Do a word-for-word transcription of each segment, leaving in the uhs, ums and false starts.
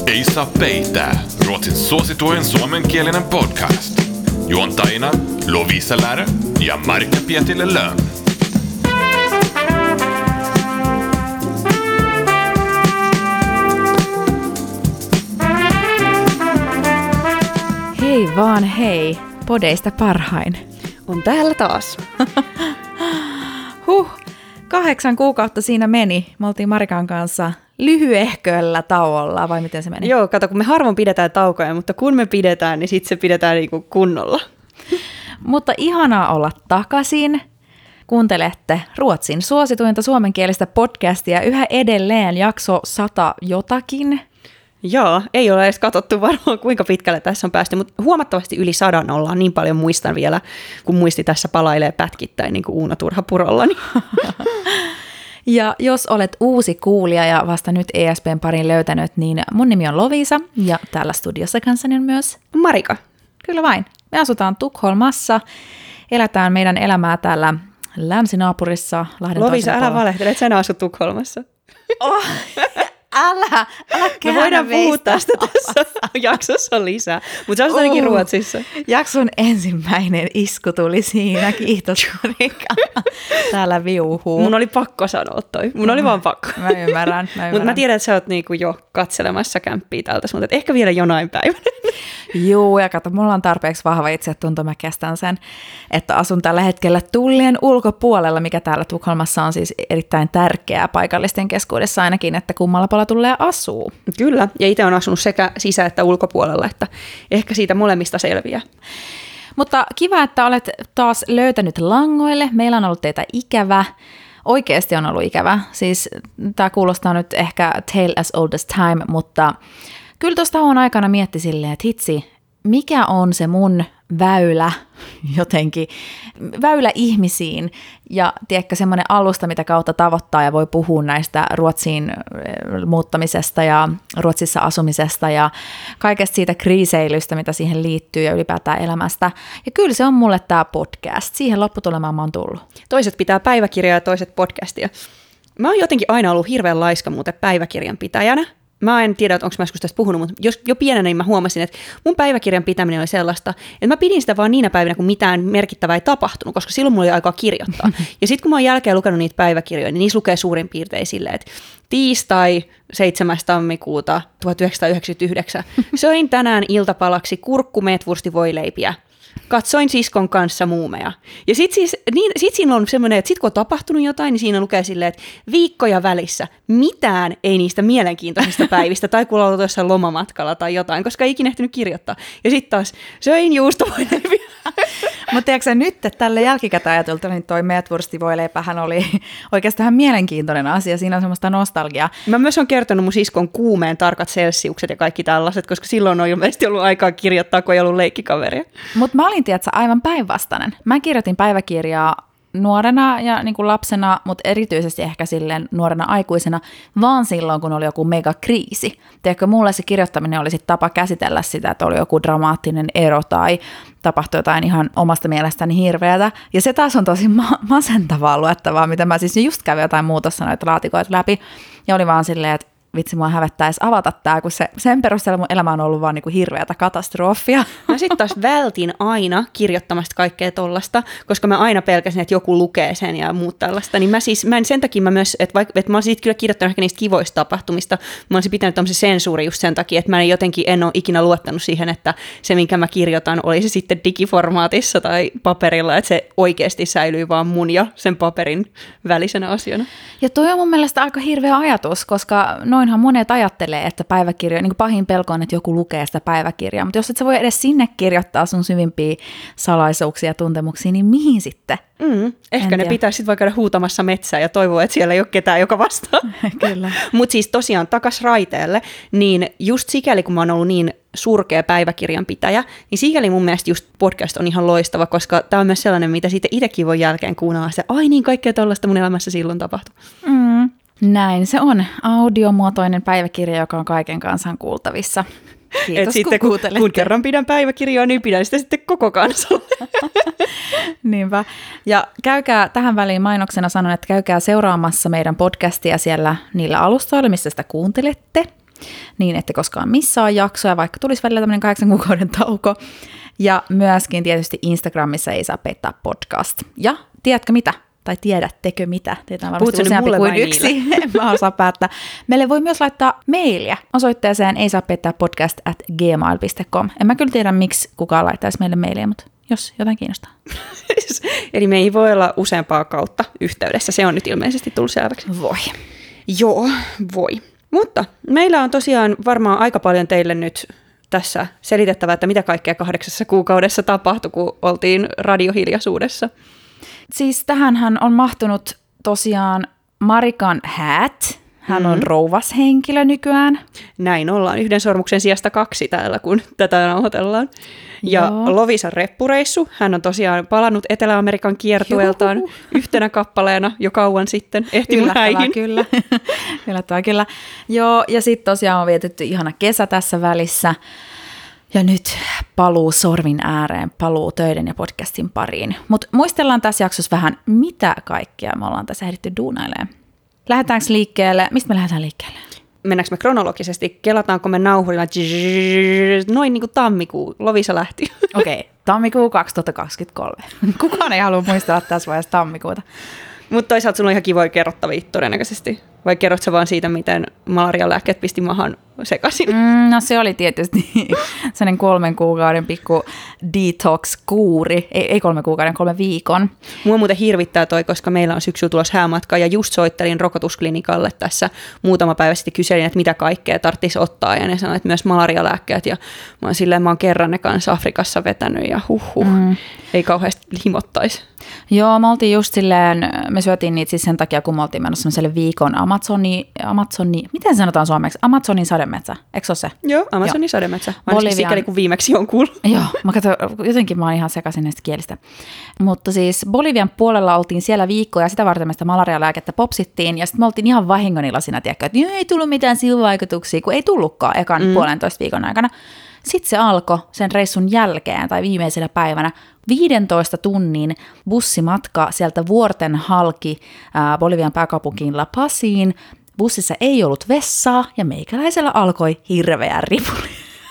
Ei saa peitää. Ruotsin suosituin suomenkielinen podcast. Juontajina Lovisa Lärö ja Marika Pietilä-Löön. Hei vaan hei, podeista parhain. On täällä taas. Huh, kahdeksan kuukautta siinä meni. Me oltiin Marikan kanssa lyhyehköllä tauolla, vai miten se meni? Joo, kato, kun me harvoin pidetään taukoja, mutta kun me pidetään, niin sitten se pidetään niinku kunnolla. Mutta ihanaa olla takaisin. Kuuntelette Ruotsin suosituinta suomenkielistä podcastia yhä edelleen jakso sata jotakin. Joo, ei ole edes katsottu varmaan kuinka pitkälle tässä on päästy, mutta huomattavasti yli sadan ollaan. Niin paljon muistan vielä, kun muisti tässä palailee pätkittäin niin kuin Uuna Turha-purolla. Niin. Ja jos olet uusi kuulija ja vasta nyt E S P:n parin löytänyt, niin mun nimi on Lovisa ja täällä studiossa kanssani on myös Marika. Kyllä vain. Me asutaan Tukholmassa, eletään meidän elämää täällä länsinaapurissa. Lahden Lovisa, älä valehtele, että sinä asut Tukholmassa. Oh. Älä, älä me voidaan puhua tästä tässä jaksossa lisää, mutta se on ainakin uh, Ruotsissa. Jakson ensimmäinen isku tuli siinä, kiitos Marika. Täällä viuhuu. Mun oli pakko sanoa toi, mun oli vaan pakko. Mä ymmärrän, mä ymmärrän. Mutta mä tiedän, että sä oot niinku jo katselemassa kämppiä tältä, mutta ehkä vielä jonain päivänä. Joo, ja kato, mulla on tarpeeksi vahva itsetunto, mä kestän sen, että asun tällä hetkellä tullien ulkopuolella, mikä täällä Tukholmassa on siis erittäin tärkeää paikallisten keskuudessa ainakin, että kummalla puolella tulee asuu. Kyllä, ja itse on asunut sekä sisä- että ulkopuolella, että ehkä siitä molemmista selviää. Mutta kiva, että olet taas löytänyt langoille. Meillä on ollut teitä ikävä. Oikeasti on ollut ikävä. Siis tämä kuulostaa nyt ehkä tale as old as time, mutta kyllä tuosta on aikana mietti silleen, että hitsi, mikä on se mun väylä jotenkin, väylä ihmisiin ja tiedätkö semmoinen alusta, mitä kautta tavoittaa ja voi puhua näistä Ruotsiin muuttamisesta ja Ruotsissa asumisesta ja kaikesta siitä kriiseilystä, mitä siihen liittyy ja ylipäätään elämästä. Ja kyllä se on mulle tämä podcast. Siihen lopputulemaan mä oon tullut. Toiset pitää päiväkirjaa ja toiset podcastia. Mä oon jotenkin aina ollut hirveän laiska muuten päiväkirjan pitäjänä. Mä en tiedä, onko mä joskus tästä puhunut, mutta jos, jo pienenä niin mä huomasin, että mun päiväkirjan pitäminen oli sellaista, että mä pidin sitä vaan niinä päivinä, kun mitään merkittävää ei tapahtunut, koska silloin mulla oli aikaa kirjoittaa. Ja sitten kun mä oon jälkeen lukenut niitä päiväkirjoja, niin niissä lukee suurin piirtein silleen, että tiistai seitsemäs tammikuuta tuhatyhdeksänsataayhdeksänkymmentäyhdeksän. Söin tänään iltapalaksi kurkkumeetwurstivoileipiä. Katsoin siskon kanssa muumeja. Ja sitten siis, niin, sit siinä on semmoinen, että sit kun on tapahtunut jotain, niin siinä lukee silleen, että viikkoja välissä mitään ei niistä mielenkiintoisista päivistä, tai kun on ollut jossain lomamatkalla tai jotain, koska ei ikinä ehtinyt kirjoittaa. Ja sitten taas söin juustovoileipiä. Mutta tiedätkö nyt, että tälle jälkikäteen ajateltu, niin toi meetwurstivoileipähän oli oikeastaan mielenkiintoinen asia. Siinä on semmoista nostalgiaa. Mä myös olen kertonut mun siskon kuumeen tarkat celsiukset ja kaikki tällaiset, koska silloin on ilmeisesti ollut aikaa kirjoittaa, kun ei ollut leikkikaveria. Mutta mä olin, tiedätkö, aivan päinvastainen. Mä kirjoitin päiväkirjaa nuorena ja niin kuin lapsena, mutta erityisesti ehkä silleen nuorena aikuisena, vaan silloin, kun oli joku megakriisi. Tiedätkö, mulle se kirjoittaminen oli sit tapa käsitellä sitä, että oli joku dramaattinen ero tai tapahtui jotain ihan omasta mielestäni hirveätä. Ja se taas on tosi ma- masentavaa luettavaa, mitä mä siis just kävin jotain muutossa noita laatikoita läpi. Ja oli vaan silleen, että vitsi, mua hävettää edes avata tää, kun se, sen perusteella mun elämä on ollut vaan niinku hirveätä katastrofia. Mä sitten taas vältin aina kirjoittamasta kaikkea tollasta, koska mä aina pelkäsin, että joku lukee sen ja muut tällaista. Niin mä siis, mä en sen takia mä myös, että, vaikka, että mä olisin kyllä kirjoittanut ehkä niistä kivoista tapahtumista, mä olisin pitänyt tommosen sensuuri just sen takia, että mä en jotenkin en ole ikinä luottanut siihen, että se, minkä mä kirjoitan, olisi sitten digiformaatissa tai paperilla, että se oikeasti säilyy vaan mun ja sen paperin välisenä asiana. Ja toi on mun mielestä aika hirveä ajatus, koska noinhan monet ajattelee, että päiväkirja, niin kuin pahin pelko on, että joku lukee sitä päiväkirjaa, mutta jos et sä voi edes sinne kirjoittaa sun syvimpiä salaisuuksia ja tuntemuksia, niin mihin sitten? Mm, ehkä ne pitäisi sitten vaikka huutamassa metsää ja toivoa, että siellä ei ole ketään, joka vastaa. Kyllä. Mutta siis tosiaan takas raiteelle, niin just sikäli kun mä oon ollut niin surkea päiväkirjanpitäjä, niin sikäli mun mielestä just podcast on ihan loistava, koska tää on myös sellainen, mitä sitten itsekin voi jälkeen kuunnella, se ai niin kaikkea tollaista mun elämässä silloin tapahtui. Mm. Näin se on. Audiomuotoinen päiväkirja, joka on kaiken kansan kuultavissa. Kiitos, Et sitten, kun, kun kerran pidän päiväkirjaa, niin pidän sitä sitten koko kansalle. Niinpä. Ja käykää tähän väliin mainoksena sanon, että käykää seuraamassa meidän podcastia siellä niillä alustoilla, missä sitä kuuntelette. niin ette koskaan missaa jaksoja, vaikka tulisi välillä tämmöinen kahdeksan kuukauden tauko. Ja myöskin tietysti Instagramissa Ei saa peittää podcast. Ja tiedätkö mitä? Tai tiedättekö mitä? Teitä on varmasti useampi kuin yksi. En mä osaa päättää. Meille voi myös laittaa mailia osoitteeseen ei saa peittää podcast at gmail piste com. En mä kyllä tiedä, miksi kukaan laittaisi meille mailia, mutta jos jotain kiinnostaa. Eli me ei voi olla useampaa kautta yhteydessä. Se on nyt ilmeisesti tullut selväksi. Voi. Joo, voi. Mutta meillä on tosiaan varmaan aika paljon teille nyt tässä selitettävää, että mitä kaikkea kahdeksassa kuukaudessa tapahtui, kun oltiin radiohiljaisuudessa. Siis tähänhän on mahtunut tosiaan Marikan häät. Hän mm-hmm. on rouvas henkilö nykyään. Näin ollaan. Yhden sormuksen sijasta kaksi täällä, kun tätä nauhoitellaan. Ja Joo. Lovisan reppureissu. Hän on tosiaan palannut Etelä-Amerikan kiertueeltaan Juhu. yhtenä kappaleena jo kauan sitten. Ehti mun häihin. Kyllä. Yllättävää kyllä. Joo, ja sitten tosiaan on vietetty ihana kesä tässä välissä. Ja nyt paluu sorvin ääreen, paluu töiden ja podcastin pariin. Mutta muistellaan tässä jaksossa vähän, mitä kaikkea me ollaan tässä ehditty duunailemaan. Lähdetäänkö liikkeelle? Mistä me lähdetään liikkeelle? Mennäänkö me kronologisesti? Kelataanko me nauhurilla? Noin niin kuin tammikuu. Lovisa lähti. Okei, okay, tammikuu kaksituhattakaksikymmentäkolme. Kukaan ei halua muistella tässä vaiheessa tammikuuta. Mutta toisaalta sulla on ihan kivoja kerrottavia todennäköisesti. Vai kerrot sä vaan siitä, miten malarialääkkeet pisti mahan sekaisin? Mm, no se oli tietysti sellainen kolmen kuukauden pikku detox-kuuri. Ei, ei kolme kuukauden, kolme viikon. Mua muuten hirvittää toi, koska meillä on syksyllä tulossa häämatka ja just soittelin rokotusklinikalle tässä muutama päivä sitten. Kyselin, että mitä kaikkea tarvitsisi ottaa ja ne sanoivat, että myös malarialääkkeet. Ja mä oon silleen, mä oon kerran ne kanssa Afrikassa vetänyt ja huh huh, mm. ei kauheasti himottaisi. Joo, me oltiin just silleen, me syötiin niitä siis sen takia, kun me oltiin menossa semmoiselle viikon Amazoni, Amazoni, miten sanotaan suomeksi? Amazonin sademetsä, eikö se ole se? Joo, Amazonin Joo. sademetsä. Ainakin sikäli, kun viimeksi on kuullut. Joo, mä katson, jotenkin mä oon ihan sekaisin näistä kielistä. Mutta siis Bolivian puolella oltiin siellä viikkoja ja sitä varten me sitä malarialääkettä popsittiin ja sitten me oltiin ihan vahingonilla siinä, tiedätkö, että ei tullut mitään sivuvaikutuksia, kun ei tullutkaan ekan mm. puolentoista viikon aikana. Sitten se alkoi sen reissun jälkeen tai viimeisenä päivänä viidentoista tunnin bussimatka sieltä vuorten halki ää, Bolivian pääkaupunkiin La Paziin. Bussissa ei ollut vessaa ja meikäläisellä alkoi hirveä ripuli.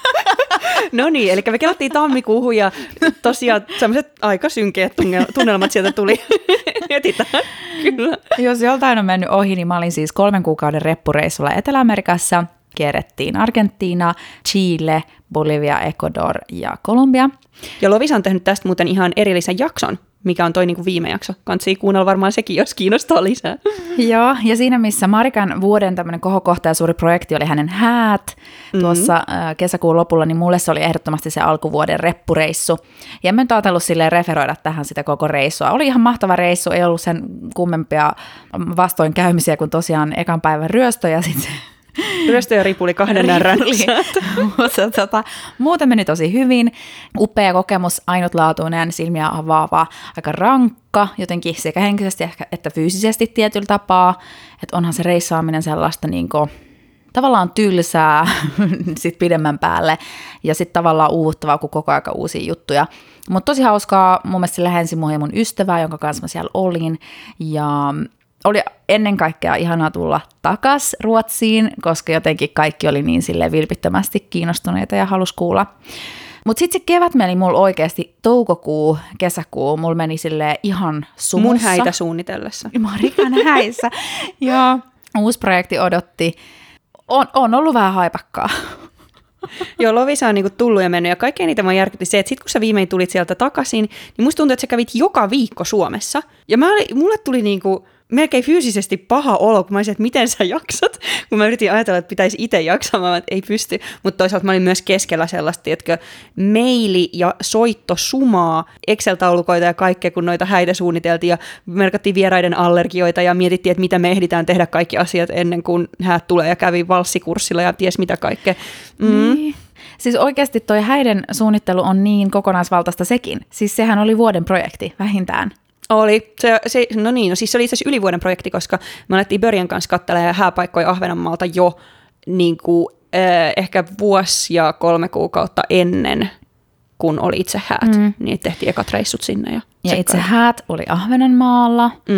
No niin, eli me kelattiin tammikuuhun ja tosiaan sellaiset aika synkeät tunnelmat sieltä tuli. Mietitään, kyllä. Jos joltain on mennyt ohi, niin mä olin siis kolmen kuukauden reppureissulla Etelä-Amerikassa. Kierrettiin Argentiina, Chile, Bolivia, Ecuador ja Kolumbia. Ja Lovisa on tehnyt tästä muuten ihan erillisen jakson, mikä on toi niin kuin viime jakso. Kansi kuunnella varmaan sekin, jos kiinnostaa lisää. Joo, ja siinä missä Marikan vuoden tämmöinen kohokohta ja suuri projekti oli hänen häät mm-hmm. tuossa äh, kesäkuun lopulla, niin mulle se oli ehdottomasti se alkuvuoden reppureissu. Ja en nyt ajatellut silleen referoida tähän sitä koko reissua. Oli ihan mahtava reissu, ei ollut sen kummempia vastoinkäymisiä kuin tosiaan ekan päivän ryöstö ja sitten ryöstö ja ripuli kahden närän. Mutta tota, muuten meni tosi hyvin. Upea kokemus, ainutlaatuinen, silmiä avaava, aika rankka, jotenkin sekä henkisesti että fyysisesti tietyllä tapaa. Että onhan se reissaaminen sellaista niinku, tavallaan tylsää sit pidemmän päälle ja sitten tavallaan uuvuttavaa, kun koko aika uusia juttuja. Mutta tosi hauskaa, mun mielestä se lähensi mua ja mun ystävää, jonka kanssa mä siellä olin. Ja oli ennen kaikkea ihanaa tulla takas Ruotsiin, koska jotenkin kaikki oli niin silleen vilpittömästi kiinnostuneita ja halusi kuulla. Mutta sitten se kevät meni mulla oikeasti toukokuu, kesäkuu, mulla meni silleen ihan sumussa. Mun häitä suunnitellessa. Marikan häissä. Ja uusi projekti odotti. On, on ollut vähän haipakkaa. Joo, Lovisa on niinku tullut ja mennyt ja kaikkein niitä mä järkytti se, että sit kun sä viimein tulit sieltä takaisin, niin musta tuntuu, että sä kävit joka viikko Suomessa. Ja mä oli, mulle tuli niinku melkein fyysisesti paha olo, kun mä olisin, että miten sä jaksat, kun mä yritin ajatella, että pitäisi itse jaksamaan, että ei pysty. Mutta toisaalta mä olin myös keskellä sellaista, että maili- ja soittosumaa, Excel-taulukoita ja kaikkea, kun noita häitä suunniteltiin ja merkattiin vieraiden allergioita ja mietittiin, että mitä me ehditään tehdä kaikki asiat ennen kuin häät tulee ja kävi valssikurssilla ja ties mitä kaikkea. Mm. Niin. Siis oikeasti toi häiden suunnittelu on niin kokonaisvaltaista sekin. Siis sehän oli vuoden projekti vähintään. Oli. Se, se, no niin, no siis se oli itse asiassa yli vuoden projekti, koska me alettiin Början kanssa katselemaan hääpaikkoja Ahvenanmaalta jo niin kuin, eh, ehkä vuosi ja kolme kuukautta ennen, kun oli itse häät. Mm. Niin tehtiin ekat reissut sinne. Ja, ja itse häät oli Ahvenanmaalla. Mm.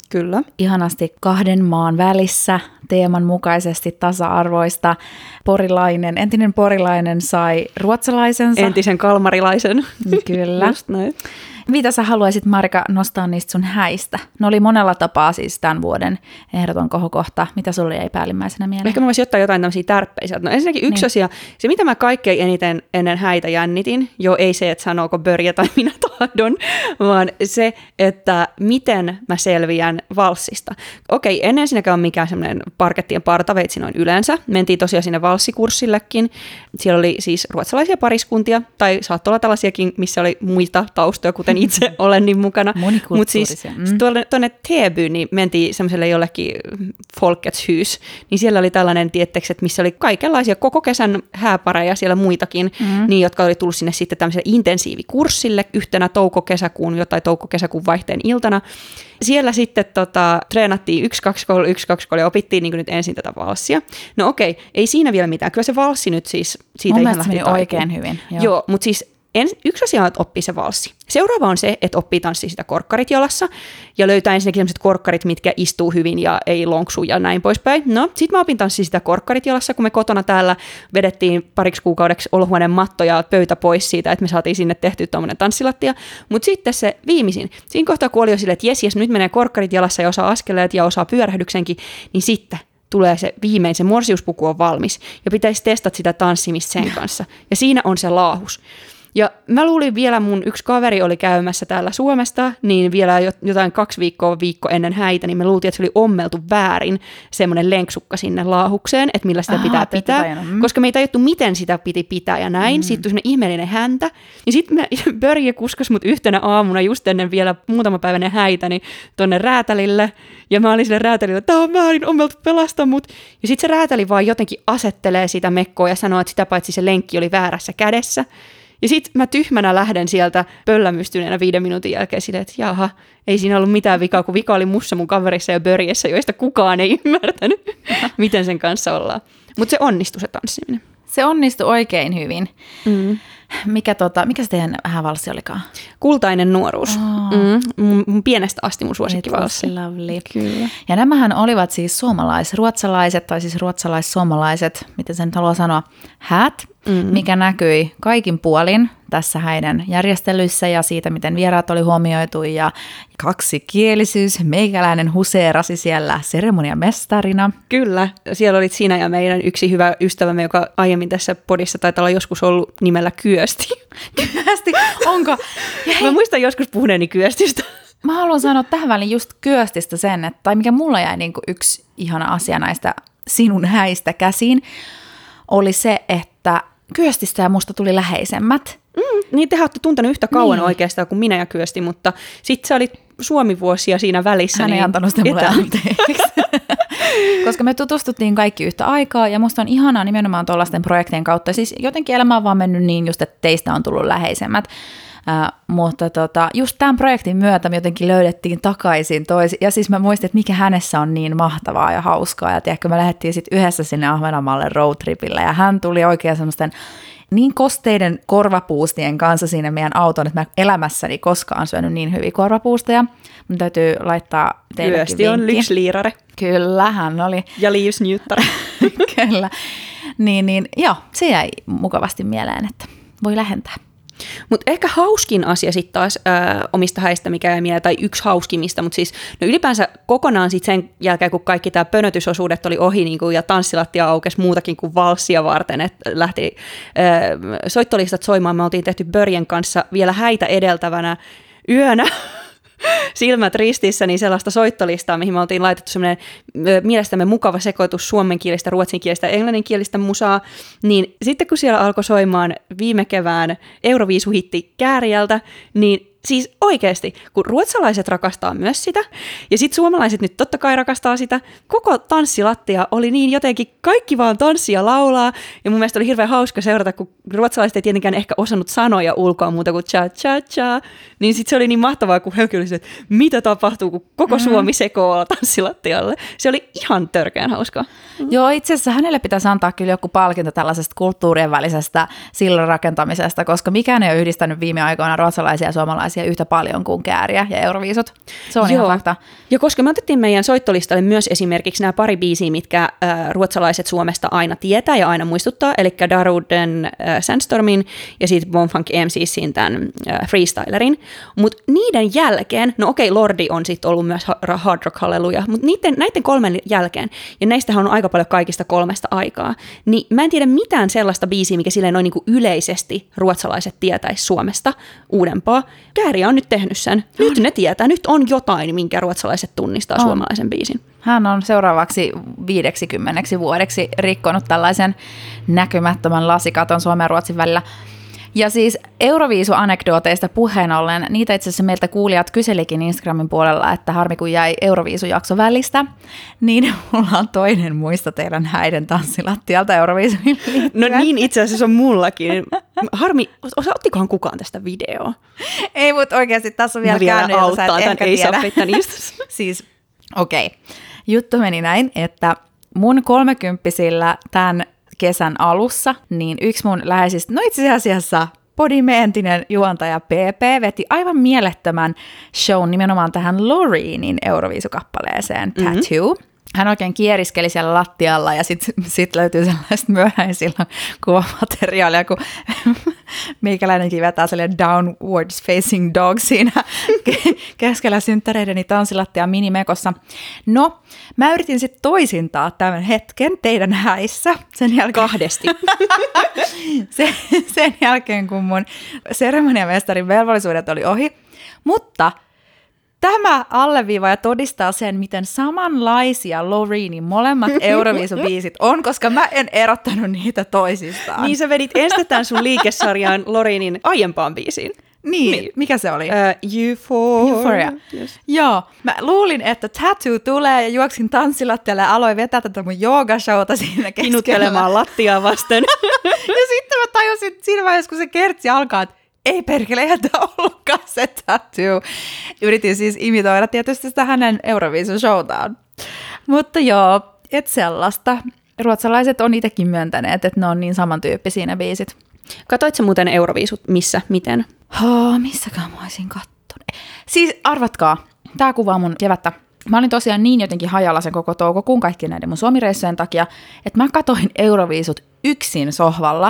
Kyllä. Ihanasti kahden maan välissä teeman mukaisesti tasa-arvoista. Porilainen, entinen porilainen sai ruotsalaisensa. Entisen kalmarilaisen. Kyllä. Just näin. Mitä sä haluaisit, Marika, nostaa niistä sun häistä? Ne oli monella tapaa siis tämän vuoden ehdoton kohokohta. Mitä sulle jäi päällimmäisenä mieleen? Ehkä mä voisin ottaa jotain tämmöisiä tärppeisiä. No ensinnäkin yksi niin. asia, se mitä mä kaikkein eniten ennen häitä jännitin, jo ei se, että sanooko Börje tai minä tahdon, vaan se, että miten mä selviän valssista. Okei, en ensinnäkään ole mikään semmoinen parkettien partaveitsi noin yleensä. Mentiin tosiaan sinne valssikurssillekin. Siellä oli siis ruotsalaisia pariskuntia, tai saattoi olla tällaisiakin, missä oli muita taustoja, kuten itse olen niin mukana. Mutta siis mm. tuonne Täby niin mentiin semmoiselle jollekin Folkets hus, niin siellä oli tällainen tietteksi, että missä oli kaikenlaisia koko kesän hääpareja, siellä muitakin, mm. niin, jotka oli tullut sinne sitten tämmöiselle intensiivikurssille yhtenä touko-kesäkuun, jotain touko-kesäkuun vaihteen iltana. Siellä sitten tota, treenattiin yksi, kaksi, kolme, yksi, kaksi, kolme ja opittiin niin nyt ensin tätä valssia. No okei, ei siinä vielä mitään. Kyllä se valssi nyt siis siitä mun ihan lähti oikein hyvin. Joo, Joo mutta siis En, yksi asia on, että oppii se valssi. Seuraava on se, että oppii tanssia sitä korkkarit jalassa ja löytää ensinnäkin sellaiset korkkarit, mitkä istuu hyvin ja ei lonksu ja näin poispäin. No, sit mä opin tanssia sitä korkkarit jalassa, kun me kotona täällä vedettiin pariksi kuukaudeksi olohuoneen matto ja pöytä pois siitä, että me saatiin sinne tehtyä tuommoinen tanssilattia. Mutta sitten se viimeisin, siinä kohtaa kun oli jo silleen, että jes, jes, nyt menee korkkarit jalassa ja osaa askeleet ja osaa pyörähdyksenkin, niin sitten tulee se viimein, se morsiuspuku on valmis ja pitäisi testata sitä tanssimista sen kanssa. Ja siinä on se laahus. Ja mä luulin vielä, mun yksi kaveri oli käymässä täällä Suomesta, niin vielä jotain kaksi viikkoa viikko ennen häitä, niin me luultiin, että se oli ommeltu väärin semmoinen lenksukka sinne laahukseen, että millä sitä Aha, pitää pitää, mm. koska me ei tajuttu, miten sitä piti pitää ja näin. Mm. Sitten tuli semmoinen ihmeellinen häntä. Ja sitten Börje kuskas mut yhtenä aamuna just ennen vielä muutama päiväinen häitä, niin tonne räätälille. Ja mä olin sille räätälille, että tää on väärin, ommeltu, pelasta mut. Ja sitten se räätäli vaan jotenkin asettelee sitä mekkoa ja sanoo, että sitä paitsi se lenkki oli väärässä kädessä. Ja sit mä tyhmänä lähden sieltä pöllämystyneenä viiden minuutin jälkeen silleen, että jaha, ei siinä ollut mitään vikaa, kun vika oli mussa, mun kaverissa ja Börjessä, joista kukaan ei ymmärtänyt, miten sen kanssa ollaan. Mutta se onnistui se tanssiminen. Se onnistui oikein hyvin. Mm. Mikä, tota, mikä se teidän häävalssi olikaan? Kultainen nuoruus. Oh. Mm. Mun, mun pienestä asti mun suosikkivalssi. Lovely. Kyllä. Ja nämähän olivat siis suomalais-ruotsalaiset, tai siis ruotsalais-suomalaiset, miten sen haluaa sanoa, häät, mm. mikä näkyi kaikin puolin tässä häiden järjestelyissä ja siitä, miten vieraat oli huomioitu ja kaksikielisyys. Meikäläinen huseerasi siellä seremoniamestarina. Kyllä, siellä olit sinä ja meidän yksi hyvä ystävämme, joka aiemmin tässä podissa taitaa olla joskus ollut nimellä Kyösti. Kyösti, onko? Mä muistan joskus puhuneeni Kyöstistä. Mä haluan sanoa tähän väliin just Kyöstistä sen, että, tai mikä mulla jäi niin kuin yksi ihana asia näistä sinun häistä käsiin, oli se, että Kyöstistä ja musta tuli läheisemmät. Mm, niin te olette tuntenut yhtä kauan niin. oikeastaan kuin minä ja Kyösti, mutta sitten sä olit Suomi-vuosia siinä välissä. Hän ei niin antanut sitä mulle anteeksi. Koska me tutustuttiin kaikki yhtä aikaa ja musta on ihanaa nimenomaan tuollaisten projektien kautta. Siis jotenkin elämä on vaan mennyt niin just, että teistä on tullut läheisemmät. Uh, mutta tota, just tämän projektin myötä me jotenkin löydettiin takaisin toisi. Ja siis mä muistin, että mikä hänessä on niin mahtavaa ja hauskaa. Ja tiedätkö, me lähdettiin sitten yhdessä sinne Ahvenanmaalle roadtripille ja hän tuli oikein semmoisten niin kosteiden korvapuustien kanssa siinä meidän auton, että mä elämässäni koskaan syönyt niin hyviä korvapuusteja. Mun täytyy laittaa teillekin Kyösti vinkki. on lyxliirare. Kyllä, hän oli. Ja liivsnjuttare. Kyllä. Niin, niin, joo, se jäi mukavasti mieleen, että voi lähentää. Mutta ehkä hauskin asia sitten taas ää, omista häistä, mikä jäi mieleen, tai yksi hauskimmista, mutta siis no ylipäänsä kokonaan sitten sen jälkeen, kun kaikki tämä pönötysosuudet oli ohi niin kun, ja tanssilattia aukesi muutakin kuin valssia varten, että lähti ää, soittolistat soimaan, me oltiin tehty Börjen kanssa vielä häitä edeltävänä yönä, silmät ristissä, niin sellaista soittolistaa, mihin me oltiin laitettu semmoinen mielestämme mukava sekoitus suomenkielistä, ruotsinkielistä ja englanninkielistä musaa, niin sitten kun siellä alkoi soimaan viime kevään Euroviisuhitti Kääriältä, niin siis oikeasti, kun ruotsalaiset rakastaa myös sitä, ja sitten suomalaiset nyt totta kai rakastaa sitä, koko tanssilattia oli niin jotenkin, kaikki vaan tanssia laulaa, ja mun mielestä oli hirveän hauska seurata, kun ruotsalaiset ei tietenkään ehkä osannut sanoja ulkoa muuta kuin cha cha cha, niin sitten se oli niin mahtavaa, kun he kyllä että mitä tapahtuu, kun koko Suomi sekoaa tanssilattialle. Se oli ihan törkeän hauskaa. Mm. Joo, itse asiassa hänelle pitäisi antaa kyllä joku palkinto tällaisesta kulttuurien välisestä sillan rakentamisesta, koska mikään ei ole yhdistänyt viime aikoina ruotsalaisia ja suomalaisia suomalaisia yhtä paljon kuin Kääriä ja Euroviisut. Se on Joo. ihan fakta. Ja koska me otettiin meidän soittolistalle myös esimerkiksi nämä pari biisiä, mitkä äh, ruotsalaiset Suomesta aina tietää ja aina muistuttaa, eli Daruden äh, Sandstormin ja sitten Bonfunk M C:sin tämän äh, Freestylerin. Mutta niiden jälkeen, no okei, okay, Lordi on sitten ollut myös ha- Hard Rock Hallelujah, mutta näiden kolmen jälkeen, ja näistähän on aika paljon kaikista kolmesta aikaa, niin mä en tiedä mitään sellaista biisiä, mikä silleen noin niinku yleisesti ruotsalaiset tietäisi Suomesta uudempaa. Kääriä on nyt tehnyt sen. Nyt ne tietää. Nyt on jotain, minkä ruotsalaiset tunnistaa on. Suomalaisen biisin. Hän on seuraavaksi viideksikymmeneksi vuodeksi rikkonut tällaisen näkymättömän lasikaton Suomen ja Ruotsin välillä. Ja siis Euroviisu-anekdooteista puheen ollen, niitä itse asiassa meiltä kuulijat kyselikin Instagramin puolella, että harmi kun jäi Euroviisu-jakso välistä, niin mulla on toinen muisto teidän häiden tanssilattialta Euroviisuihin liittyen. No niin, itse asiassa on mullakin. Harmi, osa, ottikohan kukaan tästä videoa? Ei, mutta oikeasti tässä on vielä käynyt, jota sä et ehkä tiedä. Siis, okei. Okay. Juttu meni näin, että mun kolmekymppisillä tämän kesän alussa, niin yksi mun läheisistä, no itse asiassa Podimme entinen juontaja P P veti aivan mielettömän shown nimenomaan tähän Loreenin Euroviisukappaleeseen Tattoo. Mm-hmm. Hän oikein kieriskeli siellä lattialla ja sitten sit löytyy sellaista myöhäisillä kuvamateriaalia, kun meikäläinenkin vetää sellainen downwards facing dog siinä keskellä synttäreideni tanssilattia minimekossa. No, mä yritin sitten toisintaa tämän hetken teidän häissä. Sen jälkeen, Kahdesti. sen, sen jälkeen, kun mun seremoniamestarin velvollisuudet oli ohi. Mutta tämä alleviivaa ja todistaa sen, miten samanlaisia Loreenin molemmat Euroviisubiisit on, koska mä en erottanut niitä toisistaan. Niin sä vedit estetään sun liikesarjaan Loreenin aiempaan biisiin. Niin, niin. Mikä se oli? Uh, Euphoria. Euphoria. Yes. Joo, mä luulin, että Tattoo tulee ja juoksin tanssilattialle ja aloin vetää tätä mun joogashowta siinä keskellä. Kinuttelemaan lattiaa vasten. Ja sitten mä tajusin siinä vaiheessa, kun se kertsi alkaa, että ei perkele, eihän tämä ollutkaan se Tattoo. Yritin siis imitoida tietysti sitä hänen Euroviisu-showtaan. Mutta joo, et sellaista. Ruotsalaiset on itsekin myöntäneet, että ne on niin samantyyppisiä ne biisit. Katoitko muuten Euroviisut? Missä? Miten? Oh, missäkään mä olisin kattonut? Siis arvatkaa, tää kuvaa mun kevättä. Mä olin tosiaan niin jotenkin hajalla sen koko toukokuun kaikkien näiden mun suomireissujen takia, että mä katoin Euroviisut yksin sohvalla.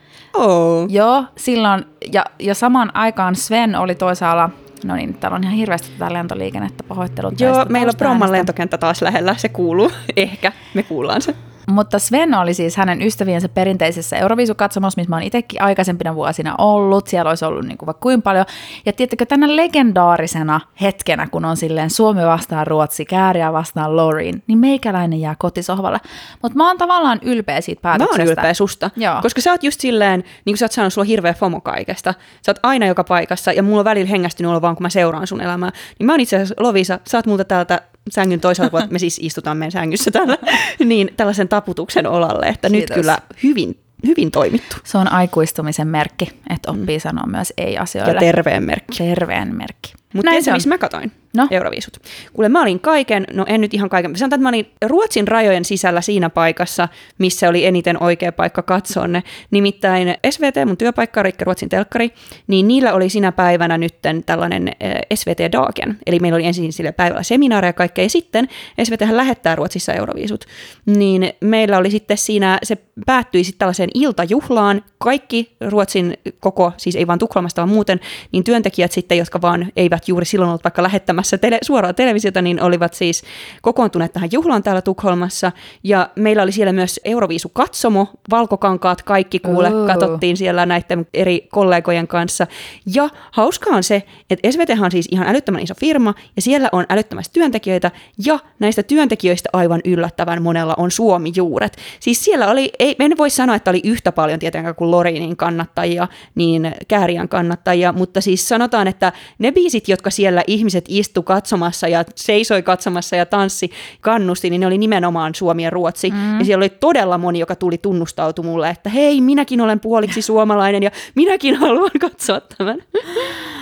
Oh. Joo, silloin, ja, ja samaan aikaan Sven oli toisaalla, no niin, täällä on ihan hirveästi tätä lentoliikennettä, pahoittelut. Joo, meillä on Bromman lentokenttä taas lähellä, se kuuluu, ehkä, me kuullaan se. Mutta Sven oli siis hänen ystäviensä perinteisessä Euroviisukatsomossa, missä mä oon itsekin aikaisempina vuosina ollut. Siellä olisi ollut niin kuin vaikka kuinka paljon. Ja tiedättekö, tänä legendaarisena hetkenä, kun on silleen Suomi vastaan Ruotsi, Kääriä vastaan Loreen, niin meikäläinen jää kotisohvalle. Mutta mä oon tavallaan ylpeä siitä päätöksestä. Mä oon ylpeä susta, Joo. Koska sä oot just silleen, niin kuin sä oot sanonut, sulla on hirveä FOMO kaikesta. Sä oot aina joka paikassa ja mulla on välillä hengästynyt olla vaan, kun mä seuraan sun elämää. Niin mä oon itse asiassa, Lovisa, sä oot multa täältä sängyn toisaalta, kun me siis istutaan meidän sängyssä täällä, niin tällaisen taputuksen olalle, että Kiitos. Nyt kyllä hyvin, hyvin toimittu. Se on aikuistumisen merkki, että oppii mm. sanoa myös ei-asioille. Ja terveen merkki. Terveen merkki. Mutta tiedätkö, missä mä katoin no? Euroviisut? Kuule, mä olin kaiken, no en nyt ihan kaiken, sanotaan, että mä olin Ruotsin rajojen sisällä siinä paikassa, missä oli eniten oikea paikka katsoa ne. Nimittäin S V T, mun työpaikka, eli Ruotsin telkkari, niin niillä oli sinä päivänä nytten tällainen S V T-dagen. Eli meillä oli ensin sille päivällä seminaareja ja kaikkea, ja sitten S V T lähettää Ruotsissa Euroviisut. Niin meillä oli sitten siinä, se päättyi sitten tällaiseen iltajuhlaan, kaikki Ruotsin koko, siis ei vaan Tukholmasta, vaan muuten, niin työntekijät sitten, jotka vaan eivät juuri silloin ollut vaikka lähettämässä tele, suoraa televisiota, niin olivat siis kokoontuneet tähän juhlaan täällä Tukholmassa. Ja meillä oli siellä myös Euroviisukatsomo, valkokankaat, kaikki kuule, oh. katsottiin siellä näiden eri kollegojen kanssa. Ja hauskaa on se, että S V T on siis ihan älyttömän iso firma, ja siellä on älyttömästi työntekijöitä, ja näistä työntekijöistä aivan yllättävän monella on Suomi-juuret. Siis siellä oli, ei, en voi sanoa, että oli yhtä paljon tietenkään kuin Loreenin kannattajia, niin Kääriän kannattajia, mutta siis sanotaan, että ne biisit, jotka siellä ihmiset istu katsomassa ja seisoi katsomassa ja tanssi kannusti, niin ne oli nimenomaan Suomi ja Ruotsi. Mm. Ja siellä oli todella moni, joka tuli tunnustautui mulle, että hei, minäkin olen puoliksi suomalainen ja minäkin haluan katsoa tämän.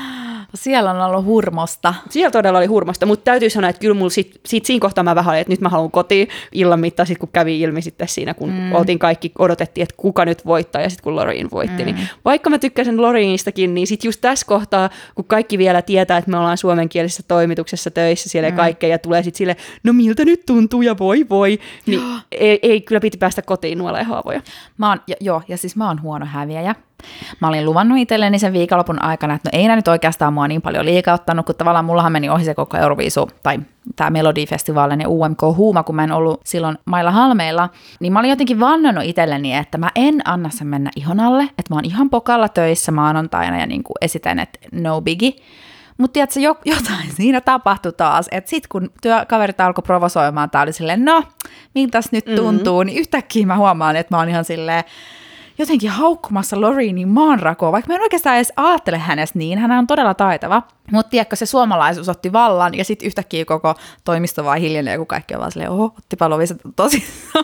Siellä on ollut hurmosta. Siellä todella oli hurmosta, mutta täytyy sanoa, että kyllä mulla sit, sit siinä kohtaa mä vähän olin, että nyt mä haluan kotiin illan mittaan, sit kun kävi ilmi sitten siinä, kun mm. oltiin kaikki, odotettiin, että kuka nyt voittaa, ja sitten kun Loreen voitti. Mm. Niin vaikka mä tykkäsin Loreenistakin, niin sitten just tässä kohtaa, kun kaikki vielä tietää, että me ollaan suomenkielisessä toimituksessa töissä siellä mm. ja kaikkea, ja tulee sitten silleen, no miltä nyt tuntuu, ja voi voi, niin ei, ei kyllä piti päästä kotiin nuoleen haavoja. Mä oon, jo, joo, ja siis mä oon huono häviäjä. Mä olin luvannut itselleni sen viikonlopun aikana, että no ei nää nyt oikeastaan mua niin paljon liikauttanut, kun tavallaan mullahan meni ohi se koko Euroviisu tai tämä Melodifestivaalin ja U M K-huuma, kun mä en ollut silloin mailla halmeilla, niin mä olin jotenkin vannonut itselleni, että mä en anna sen mennä ihon alle, että mä oon ihan pokalla töissä maanantaina ja niin kuin esitän, että no biggie. Mutta tiedätkö, jotain siinä tapahtui taas, että sit kun työkaverit alkoi provosoimaan, tää oli silleen, no, miltäs nyt tuntuu, mm-hmm. niin yhtäkkiä mä huomaan, että mä oon ihan silleen, jotenkin haukkumassa Loreenin maanrakoa, vaikka mä en oikeastaan edes ajattele hänestä niin, hän on todella taitava. Mutta tiedätkö, se suomalaisuus otti vallan, ja sitten yhtäkkiä koko toimisto vaan hiljenee, kun kaikki on vaan silleen, oho, ottipa Lovisa tosi.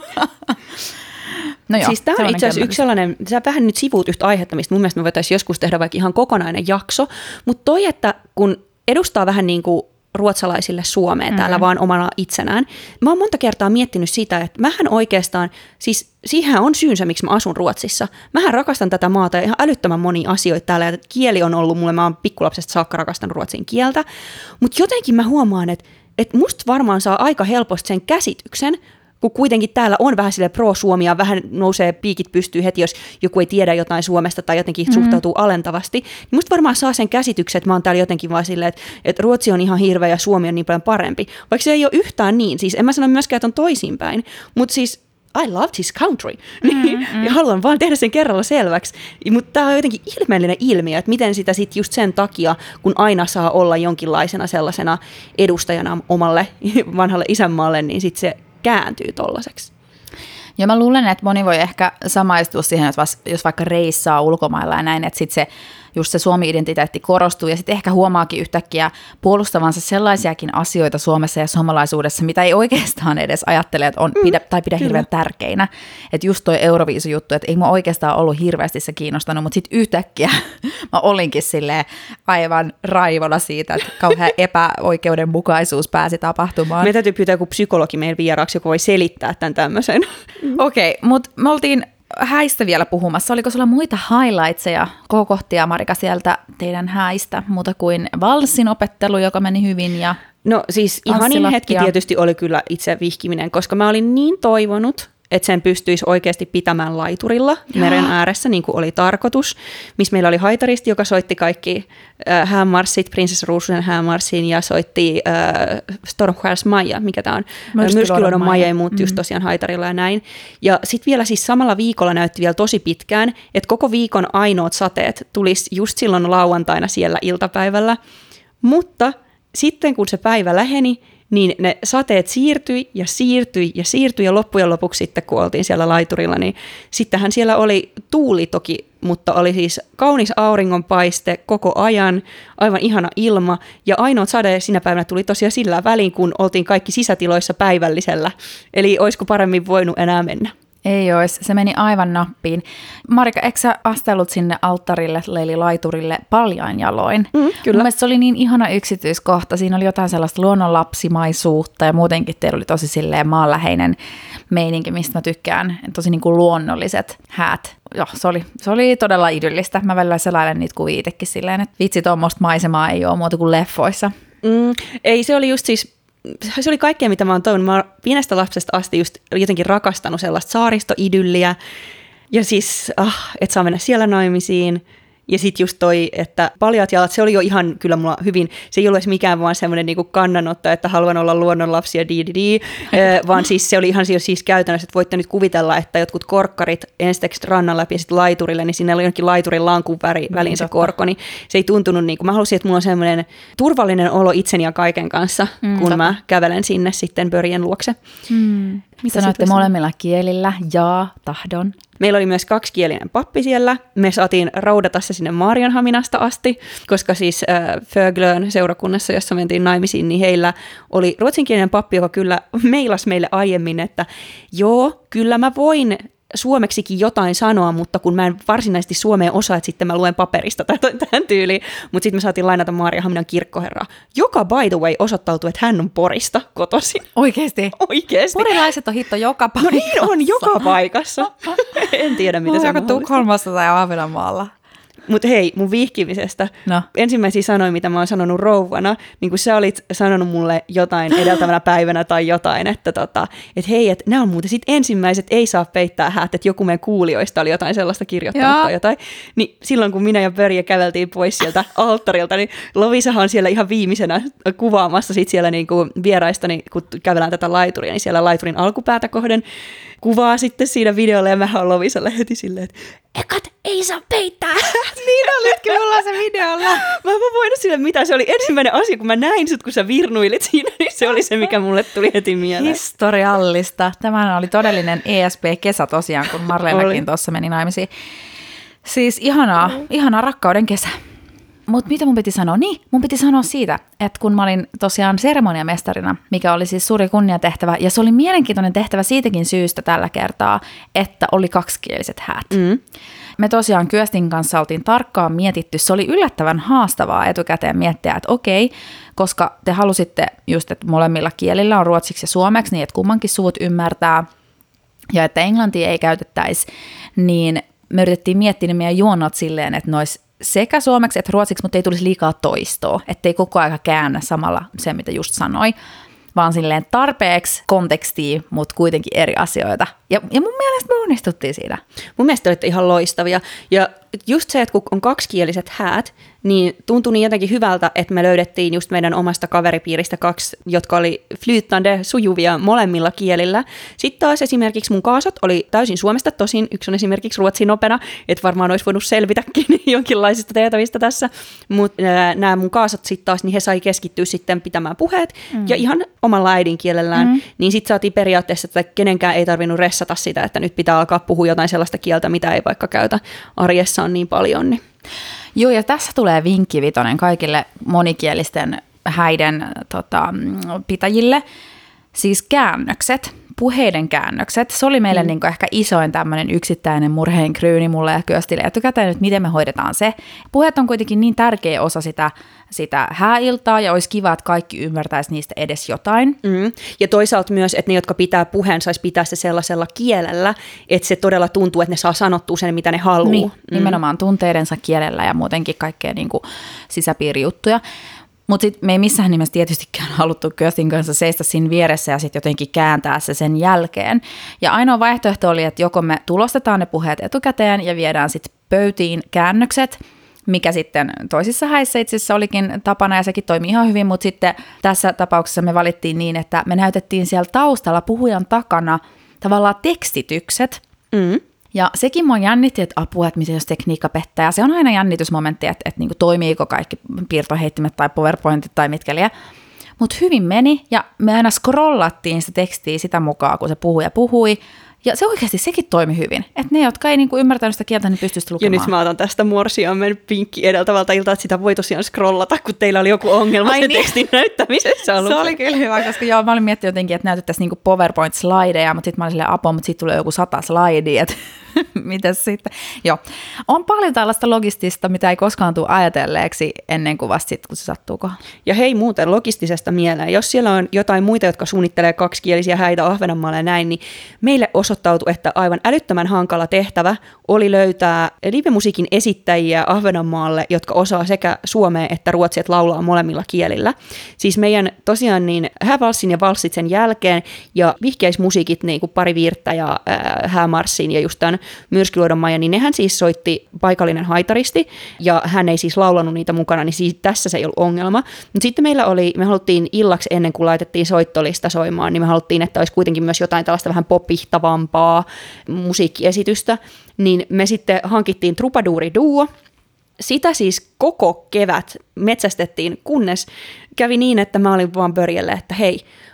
No joo, siis tämä on itse asiassa yksi sellainen, sä vähän nyt sivuut yhtä aihetta, mistä mun mielestä me voitaisiin joskus tehdä vaikka ihan kokonainen jakso, mutta toi, että kun edustaa vähän niin kuin ruotsalaisille Suomeen mm-hmm. täällä vaan omana itsenään. Mä oon monta kertaa miettinyt sitä, että mähän oikeastaan, siis siihen on syynsä, miksi mä asun Ruotsissa. Mähän rakastan tätä maata ja ihan älyttömän monia asioita täällä, ja kieli on ollut mulle, mä oon pikkulapsesta saakka rakastanut ruotsin kieltä, mutta jotenkin mä huomaan, että, että musta varmaan saa aika helposti sen käsityksen, kun kuitenkin täällä on vähän sille pro-Suomia, vähän nousee piikit pystyy heti, jos joku ei tiedä jotain Suomesta tai jotenkin mm-hmm. suhtautuu alentavasti, niin musta varmaan saa sen käsityksen, että mä oon täällä jotenkin vaan silleen, että, että Ruotsi on ihan hirveä ja Suomi on niin paljon parempi. Vaikka se ei ole yhtään niin, siis en mä sano myöskään, että on toisinpäin, mutta siis I love this country, mm-hmm. ja haluan vaan tehdä sen kerralla selväksi. Mutta tämä on jotenkin ilmeellinen ilmiö, että miten sitä sitten just sen takia, kun aina saa olla jonkinlaisena sellaisena edustajana omalle vanhalle isänmaalle, niin sitten se kääntyy tollaiseksi. Ja mä luulen, että moni voi ehkä samaistua siihen, että jos vaikka reissaa ulkomailla ja näin, että sitten se just se Suomi-identiteetti korostuu ja sitten ehkä huomaakin yhtäkkiä puolustavansa sellaisiakin asioita Suomessa ja suomalaisuudessa, mitä ei oikeastaan edes ajattele, että on pidä, tai pidä Kyllä. hirveän tärkeinä. Että just toi Euroviisu-juttu, että ei mua oikeastaan ollut hirveästi se kiinnostanut, mutta sitten yhtäkkiä mä olinkin silleen aivan raivona siitä, että kauhean epäoikeudenmukaisuus pääsi tapahtumaan. Me täytyy pyytää joku psykologi meidän vieraaksi, joka voi selittää tämän tämmöisen. Okei, okay, mutta me oltiin häistä vielä puhumassa. Oliko sulla muita highlightseja, kohokohtia, Marika, sieltä teidän häistä, muuta kuin valssin opettelu, joka meni hyvin? Ja no siis ihanin hetki tietysti oli kyllä itse vihkiminen, koska mä olin niin toivonut, että sen pystyisi oikeasti pitämään laiturilla meren ääressä, niin kuin oli tarkoitus, missä meillä oli haitaristi, joka soitti kaikki äh, häämarssit, Prinsessa Ruususen häämarssiin, ja soitti äh, Stormskärs Maja, mikä tämä on, Myrskyluodon Maja, ja muut mm-hmm. just tosiaan haitarilla ja näin. Ja sitten vielä siis samalla viikolla näytti vielä tosi pitkään, että koko viikon ainoat sateet tulisi just silloin lauantaina siellä iltapäivällä, mutta sitten kun se päivä läheni, niin ne sateet siirtyi ja siirtyi ja siirtyi ja loppujen lopuksi sitten, kun oltiin siellä laiturilla, niin sittenhän siellä oli tuuli toki, mutta oli siis kaunis auringonpaiste koko ajan, aivan ihana ilma, ja ainoa sade sinä päivänä tuli tosiaan sillä välin, kun oltiin kaikki sisätiloissa päivällisellä, eli olisiko paremmin voinut enää mennä? Ei olisi, se meni aivan nappiin. Marika, eikö sä astellut sinne alttarille, eli laiturille paljain jaloin? Mm, kyllä. Mun mielestä se oli niin ihana yksityiskohta. Siinä oli jotain sellaista luonnonlapsimaisuutta ja muutenkin teillä oli tosi silleen maanläheinen meininki, mistä mä tykkään. Tosi niin kuin luonnolliset häät. Joo, se oli, se oli todella idyllistä. Mä välillä selailen niitä kuvia itsekin silleen, että vitsi, tuommoista maisemaa ei ole muuta kuin leffoissa. Mm, ei, se oli just siis... Se oli kaikkea, mitä mä oon toivonut. Mä oon pienestä lapsesta asti just jotenkin rakastanut sellaista saaristoidylliä. Ja siis, ah, et saa mennä siellä naimisiin. Ja sitten just toi, että paljat jalat, se oli jo ihan kyllä mulla hyvin, se ei ollut edes mikään vaan semmoinen niinku kannanotto, että haluan olla luonnonlapsi ja di, di, di, vaan siis se oli ihan siis käytännössä, että voitte nyt kuvitella, että jotkut korkkarit ensiksi rannan läpi ja sitten laiturille, niin siinä oli jonkin laiturin lankun väri, väliin niin, se korkko, niin se ei tuntunut niin kuin, mä halusin, että mulla on semmoinen turvallinen olo itseni ja kaiken kanssa, mm, kun totta. Mä kävelen sinne sitten pörjen luokse. Mm. Mitä sanoitte molemmilla kielillä? Jaa, tahdon. Meillä oli myös kaksikielinen pappi siellä. Me saatiin raudata se sinne Maarianhaminasta asti, koska siis äh, Föglön seurakunnassa, jossa mentiin naimisiin, niin heillä oli ruotsinkielinen pappi, joka kyllä meilasi meille aiemmin, että joo, kyllä mä voin suomeksikin jotain sanoa, mutta kun mä en varsinaisesti suomeen osaa, että sitten mä luen paperista tai tähän tyyliin. Mutta sitten me saatiin lainata Maarianhaminan kirkkoherraa, joka by the way osoittautui, että hän on Porista kotoisin. Oikeesti? Oikeesti. Porilaiset on hitto joka paikassa. No niin on, joka paikassa. En tiedä, mitä se on mahdollista. Tukholmassa tai Ahvenanmaalla. Mutta hei, mun vihkimisestä. No. Ensimmäisiä sanoja, mitä mä oon sanonut rouvana, niin kun sä olit sanonut mulle jotain edeltävänä päivänä tai jotain, että tota, et hei, että nämä on muuten sit ensimmäiset, ei saa peittää häät, että joku meidän kuulijoista oli jotain sellaista kirjoittanut tai jotain. Niin silloin, kun minä ja Börje käveltiin pois sieltä alttarilta, niin Lovisahan on siellä ihan viimeisenä kuvaamassa sit siellä niinku vieraista, niin kun kävelään tätä laituria, niin siellä laiturin alkupäätä kohden kuvaa sitten siinä videolla, ja mähän on Lovisalle heti silleen, että ekat ei saa peittää. Niin olitkin mulla se videolla. Mä en voinut sille mitään. Se oli ensimmäinen asia, kun mä näin sut, kun sä virnuilit siinä, niin se oli se, mikä mulle tuli heti mieleen. Historiallista. Tämä oli todellinen E S P-kesä tosiaan, kun Marleenakin tuossa meni naimisiin. Siis ihanaa, ihanaa rakkauden kesä. Mutta mitä mun piti sanoa? Niin, mun piti sanoa siitä, että kun mä olin tosiaan seremoniamestarina, mikä oli siis suuri kunniatehtävä, ja se oli mielenkiintoinen tehtävä siitäkin syystä tällä kertaa, että oli kaksikieliset häät. Mm. Me tosiaan Kyöstin kanssa oltiin tarkkaan mietitty, se oli yllättävän haastavaa etukäteen miettiä, että okei, koska te halusitte just, että molemmilla kielillä on ruotsiksi ja suomeksi, niin että kummankin suvut ymmärtää, ja että englantia ei käytettäisi, niin me yritettiin miettiä ne meidän juonnot silleen, että ne olisi sekä suomeksi että ruotsiksi, mutta ei tulisi liikaa toistoa, ettei koko aika käännä samalla se, mitä just sanoi, vaan silleen tarpeeksi kontekstia, mutta kuitenkin eri asioita. Ja, ja mun mielestä me onnistuttiin siinä. Mun mielestä olitte ihan loistavia. Ja just se, että kun on kaksikieliset häät, niin tuntui niin jotenkin hyvältä, että me löydettiin just meidän omasta kaveripiiristä kaksi, jotka oli flytande sujuvia molemmilla kielillä. Sitten taas esimerkiksi mun kaasot oli täysin Suomesta, tosin yksi on esimerkiksi ruotsin opena, että varmaan olisi voinut selvitäkin jonkinlaisista tehtävistä tässä, mutta nämä mun kaasot sitten taas, niin he sai keskittyä sitten pitämään puheet mm. ja ihan omalla äidinkielellään, mm. niin sitten saatiin periaatteessa, että kenenkään ei tarvinnut ressata sitä, että nyt pitää alkaa puhua jotain sellaista kieltä, mitä ei vaikka käytä arjessa on niin paljon. Niin. Joo, ja tässä tulee vinkki vitonen kaikille monikielisten häiden tota, pitäjille. Siis käännökset, puheiden käännökset. Se oli meille mm. niin kuin ehkä isoin tämmöinen yksittäinen murheenkryyni mulle ja Kyöstille etukäteen, että miten me hoidetaan se. Puheet on kuitenkin niin tärkeä osa sitä, sitä hääiltaa, ja olisi kiva, että kaikki ymmärtäisi niistä edes jotain. Mm. Ja toisaalta myös, että ne, jotka pitää puheen, saisi pitää se sellaisella kielellä, että se todella tuntuu, että ne saa sanottua sen, mitä ne haluaa. Niin, mm. nimenomaan tunteidensa kielellä ja muutenkin kaikkea niin kuin sisäpiirijuttuja. Mutta sitten me ei missään nimessä tietystikään haluttu Kyöstin kanssa seistä siinä vieressä ja sitten jotenkin kääntää se sen jälkeen. Ja ainoa vaihtoehto oli, että joko me tulostetaan ne puheet etukäteen ja viedään sitten pöytiin käännökset, mikä sitten toisissa häissä itse asiassa olikin tapana ja sekin toimi ihan hyvin, mutta sitten tässä tapauksessa me valittiin niin, että me näytettiin siellä taustalla puhujan takana tavallaan tekstitykset. Mm. Ja sekin mua jännitti, että apua, että miten jos tekniikka pettää. Se on aina jännitysmomentti, että, että niinku toimiiko kaikki piirtoheittimet tai PowerPointit tai mitkä liian. Mutta hyvin meni, ja me aina scrollattiin sitä tekstiä sitä mukaan, kun se puhui ja puhui. Ja se oikeasti sekin toimi hyvin. Että ne, jotka ei niinku ymmärtänyt sitä kieltä, niin pystyisi lukemaan. Ja nyt mä otan tästä morsiamen pinkki edeltävältä iltaa, että sitä voi tosiaan scrollata, kun teillä oli joku ongelma Ai sen niin. tekstin näyttämisessä alussa. Se oli kyllä hyvä, koska joo, mä olin miettinyt jotenkin, että näytettäisiin niinku PowerPoint-slideja, mutta sitten mä olin silleen apua, mutta siitä tulee joku sata slidea, että mitäs sitten. Joo, on paljon tällaista logistista, mitä ei koskaan tule ajatelleeksi ennen kuin vasta sitten, kun se sattuuko. Ja hei muuten logistisesta mieleen, jos siellä on jotain muita, jotka suunnittelee kaksikielisiä häitä Ahvenanmaalle ja näin, niin meille osoittautui, että aivan älyttömän hankala tehtävä oli löytää livemusiikin esittäjiä Ahvenanmaalle, jotka osaa sekä suomea että ruotsia, että laulaa molemmilla kielillä. Siis meidän tosiaan niin häävalssin ja valssit sen jälkeen ja vihkeismusiikit, niin kuin pari viirttä ja äh, häämarssin ja just tämän Myrskyluodon Maija, niin nehän siis soitti paikallinen haitaristi ja hän ei siis laulanut niitä mukana, niin siis tässä se ei ollut ongelma. Mutta sitten meillä oli, me haluttiin illaksi ennen kuin laitettiin soittolista soimaan, niin me haluttiin, että olisi kuitenkin myös jotain tällaista vähän popihtavampaa musiikkiesitystä, niin me sitten hankittiin Troubadouri-duo. Sitä siis koko kevät metsästettiin, kunnes kävi niin, että mä olin vaan Börjelle, että hei,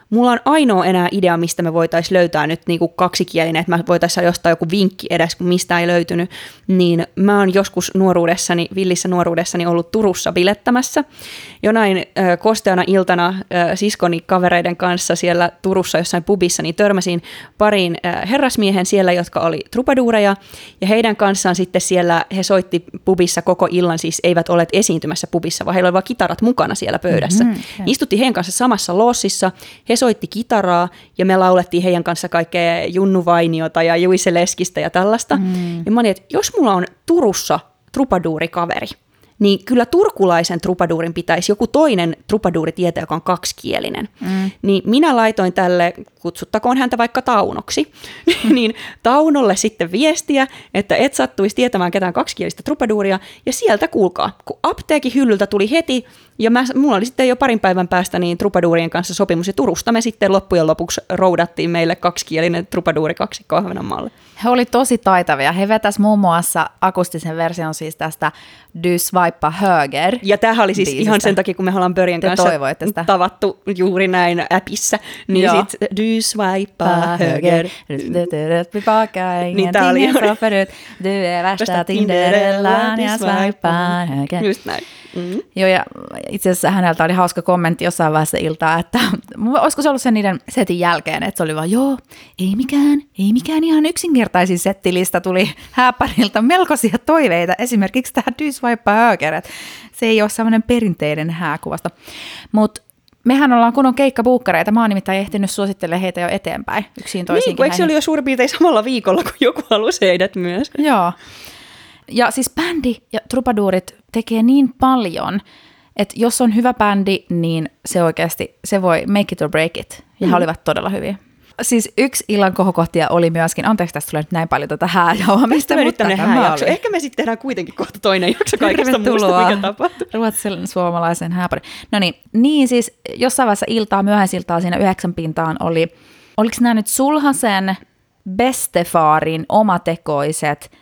mulla on ainoa enää idea, mistä me voitaisiin löytää nyt niin kuin kaksikielinen, että mä voitaisiin jostain joku vinkki edes, kun mistä ei löytynyt, niin mä oon joskus nuoruudessani, villissä nuoruudessani ollut Turussa bilettämässä. Jonain äh, kosteana iltana äh, siskoni kavereiden kanssa siellä Turussa jossain pubissa, niin törmäsin pariin äh, herrasmiehen siellä, jotka oli trupaduureja, ja heidän kanssaan sitten siellä he soitti pubissa koko illan, siis eivät olleet esiintymässä pubissa, vaan heillä oli vaan kitarat mukana siellä pöydässä. Mm-hmm, okay. Istuttiin heidän kanssa samassa lossissa, he soitti kitaraa, ja me laulettiin heidän kanssa kaikkea Junnu Vainiota ja Juise Leskistä ja tällaista. Mm. Ja mä olin, että jos mulla on Turussa trupaduurikaveri, niin kyllä turkulaisen trupaduurin pitäisi joku toinen trupaduuri tietää, joka on kaksikielinen. Mm. Niin minä laitoin tälle, kutsuttakoon häntä vaikka Taunoksi, niin Taunolle sitten viestiä, että et sattuisi tietämään ketään kaksikielistä trupaduuria, ja sieltä kuulkaa, kun apteekin hyllyltä tuli heti, ja mä, mulla oli sitten jo parin päivän päästä niin trupaduurien kanssa sopimus, ja Turusta me sitten loppujen lopuksi roudattiin meille kaksikielinen trupaduuri kaksikko Ahvenanmaalle. He oli tosi taitavia. He vetäs muun muassa akustisen version siis tästä Du Swipa Höger. Ja tämähän oli siis biisistä. Ihan sen takia, kun me ollaan Börjen kanssa tavattu juuri näin appissa. Niin sitten Du Swipa Höger. Niin tää oli juuri. Du är värsta Tinderellaan ja swipaan Höger. Just näin. Mm. Joo, ja itse asiassa häneltä oli hauska kommentti jossain vaiheessa iltaa, että olisiko se ollut sen niiden setin jälkeen, että se oli vaan, joo, ei mikään, ei mikään ihan yksinkertaisin settilista, tuli hääparilta melkoisia toiveita, esimerkiksi tähän Du Swipa Höger, että se ei ole sellainen perinteinen hääkuvasta, mutta mehän ollaan kunnon keikkabuukkareita, mä oon nimittäin ehtinyt suosittelemaan heitä jo eteenpäin yksin toisiinkin. Niin, eikö se oli jo suurin piirtein samalla viikolla, kun joku halusi heidät myös? Joo. Ja siis bändi ja trupaduurit tekee niin paljon, että jos on hyvä bändi, niin se oikeasti, se voi make it or break it. Ja mm. he olivat todella hyviä. Siis yksi illan kohokohtia oli myöskin, anteeksi tästä tulee nyt näin paljon tätä hääjauhamista, mutta tämä oli. Ehkä me sitten tehdään kuitenkin kohta toinen jakso kaikesta muusta, mikä tapahtuu. Ruotsalaisen suomalaisen hääpari. No niin, niin siis jossain vaiheessa iltaa, myöhäisiltaa siinä yhdeksän pintaan oli, oliko nämä nyt Sulhasen Bestefarin omatekoiset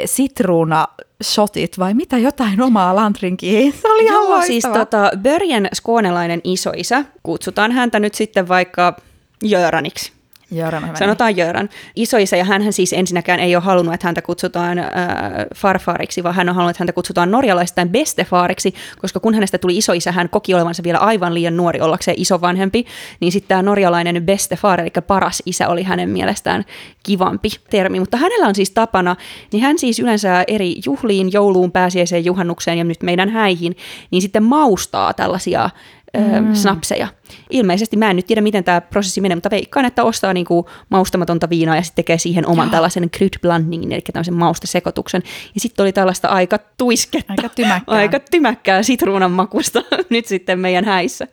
sitruunashotit vai mitä jotain omaa lantrinkiin. Se oli ihan loistava. Siis tota, Börjen skånelainen isoisä, kutsutaan häntä nyt sitten vaikka Göraniksi. Jöran, Sanotaan Jöran. Isoisä, ja hänhän siis ensinnäkään ei ole halunnut, että häntä kutsutaan äh, farfariksi, vaan hän on halunnut, että häntä kutsutaan norjalaistain bestefariksi, koska kun hänestä tuli isoisä, hän koki olevansa vielä aivan liian nuori ollakseen isovanhempi, niin sitten tämä norjalainen bestefar, eli paras isä, oli hänen mielestään kivampi termi. Mutta hänellä on siis tapana, niin hän siis yleensä eri juhliin, jouluun, pääsiäiseen, juhannukseen ja nyt meidän häihin, niin sitten maustaa tällaisia Mm. snapseja. Ilmeisesti mä en nyt tiedä, miten tämä prosessi menee, mutta veikkaan, että ostaa niinku maustamatonta viinaa ja sitten tekee siihen oman Joo. tällaisen kryddblandingin, eli tämmöisen maustesekoituksen. Ja sitten oli tällaista aika tuisketta, aika tymäkkää, aika tymäkkää sitruunan makusta nyt sitten meidän häissä.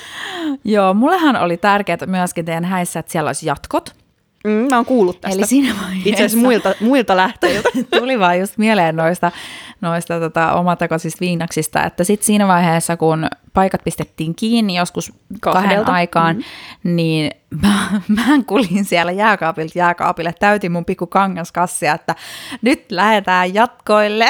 Joo, mullehan oli tärkeää myöskin teidän häissä, että siellä olisi jatkot. Mm, mä oon kuullut tästä. Eli siinä vaiheessa itse asiassa muilta, muilta lähteiltä. Tuli vaan just mieleen noista, noista tota, omatekoisista viinaksista, että sitten siinä vaiheessa, kun paikat pistettiin kiinni joskus kahden Kahdelta. aikaan, mm-hmm. niin mä, mä kuljin siellä jääkaapilta jääkaapille, täytin mun pikku kangaskassia, että nyt lähdetään jatkoille.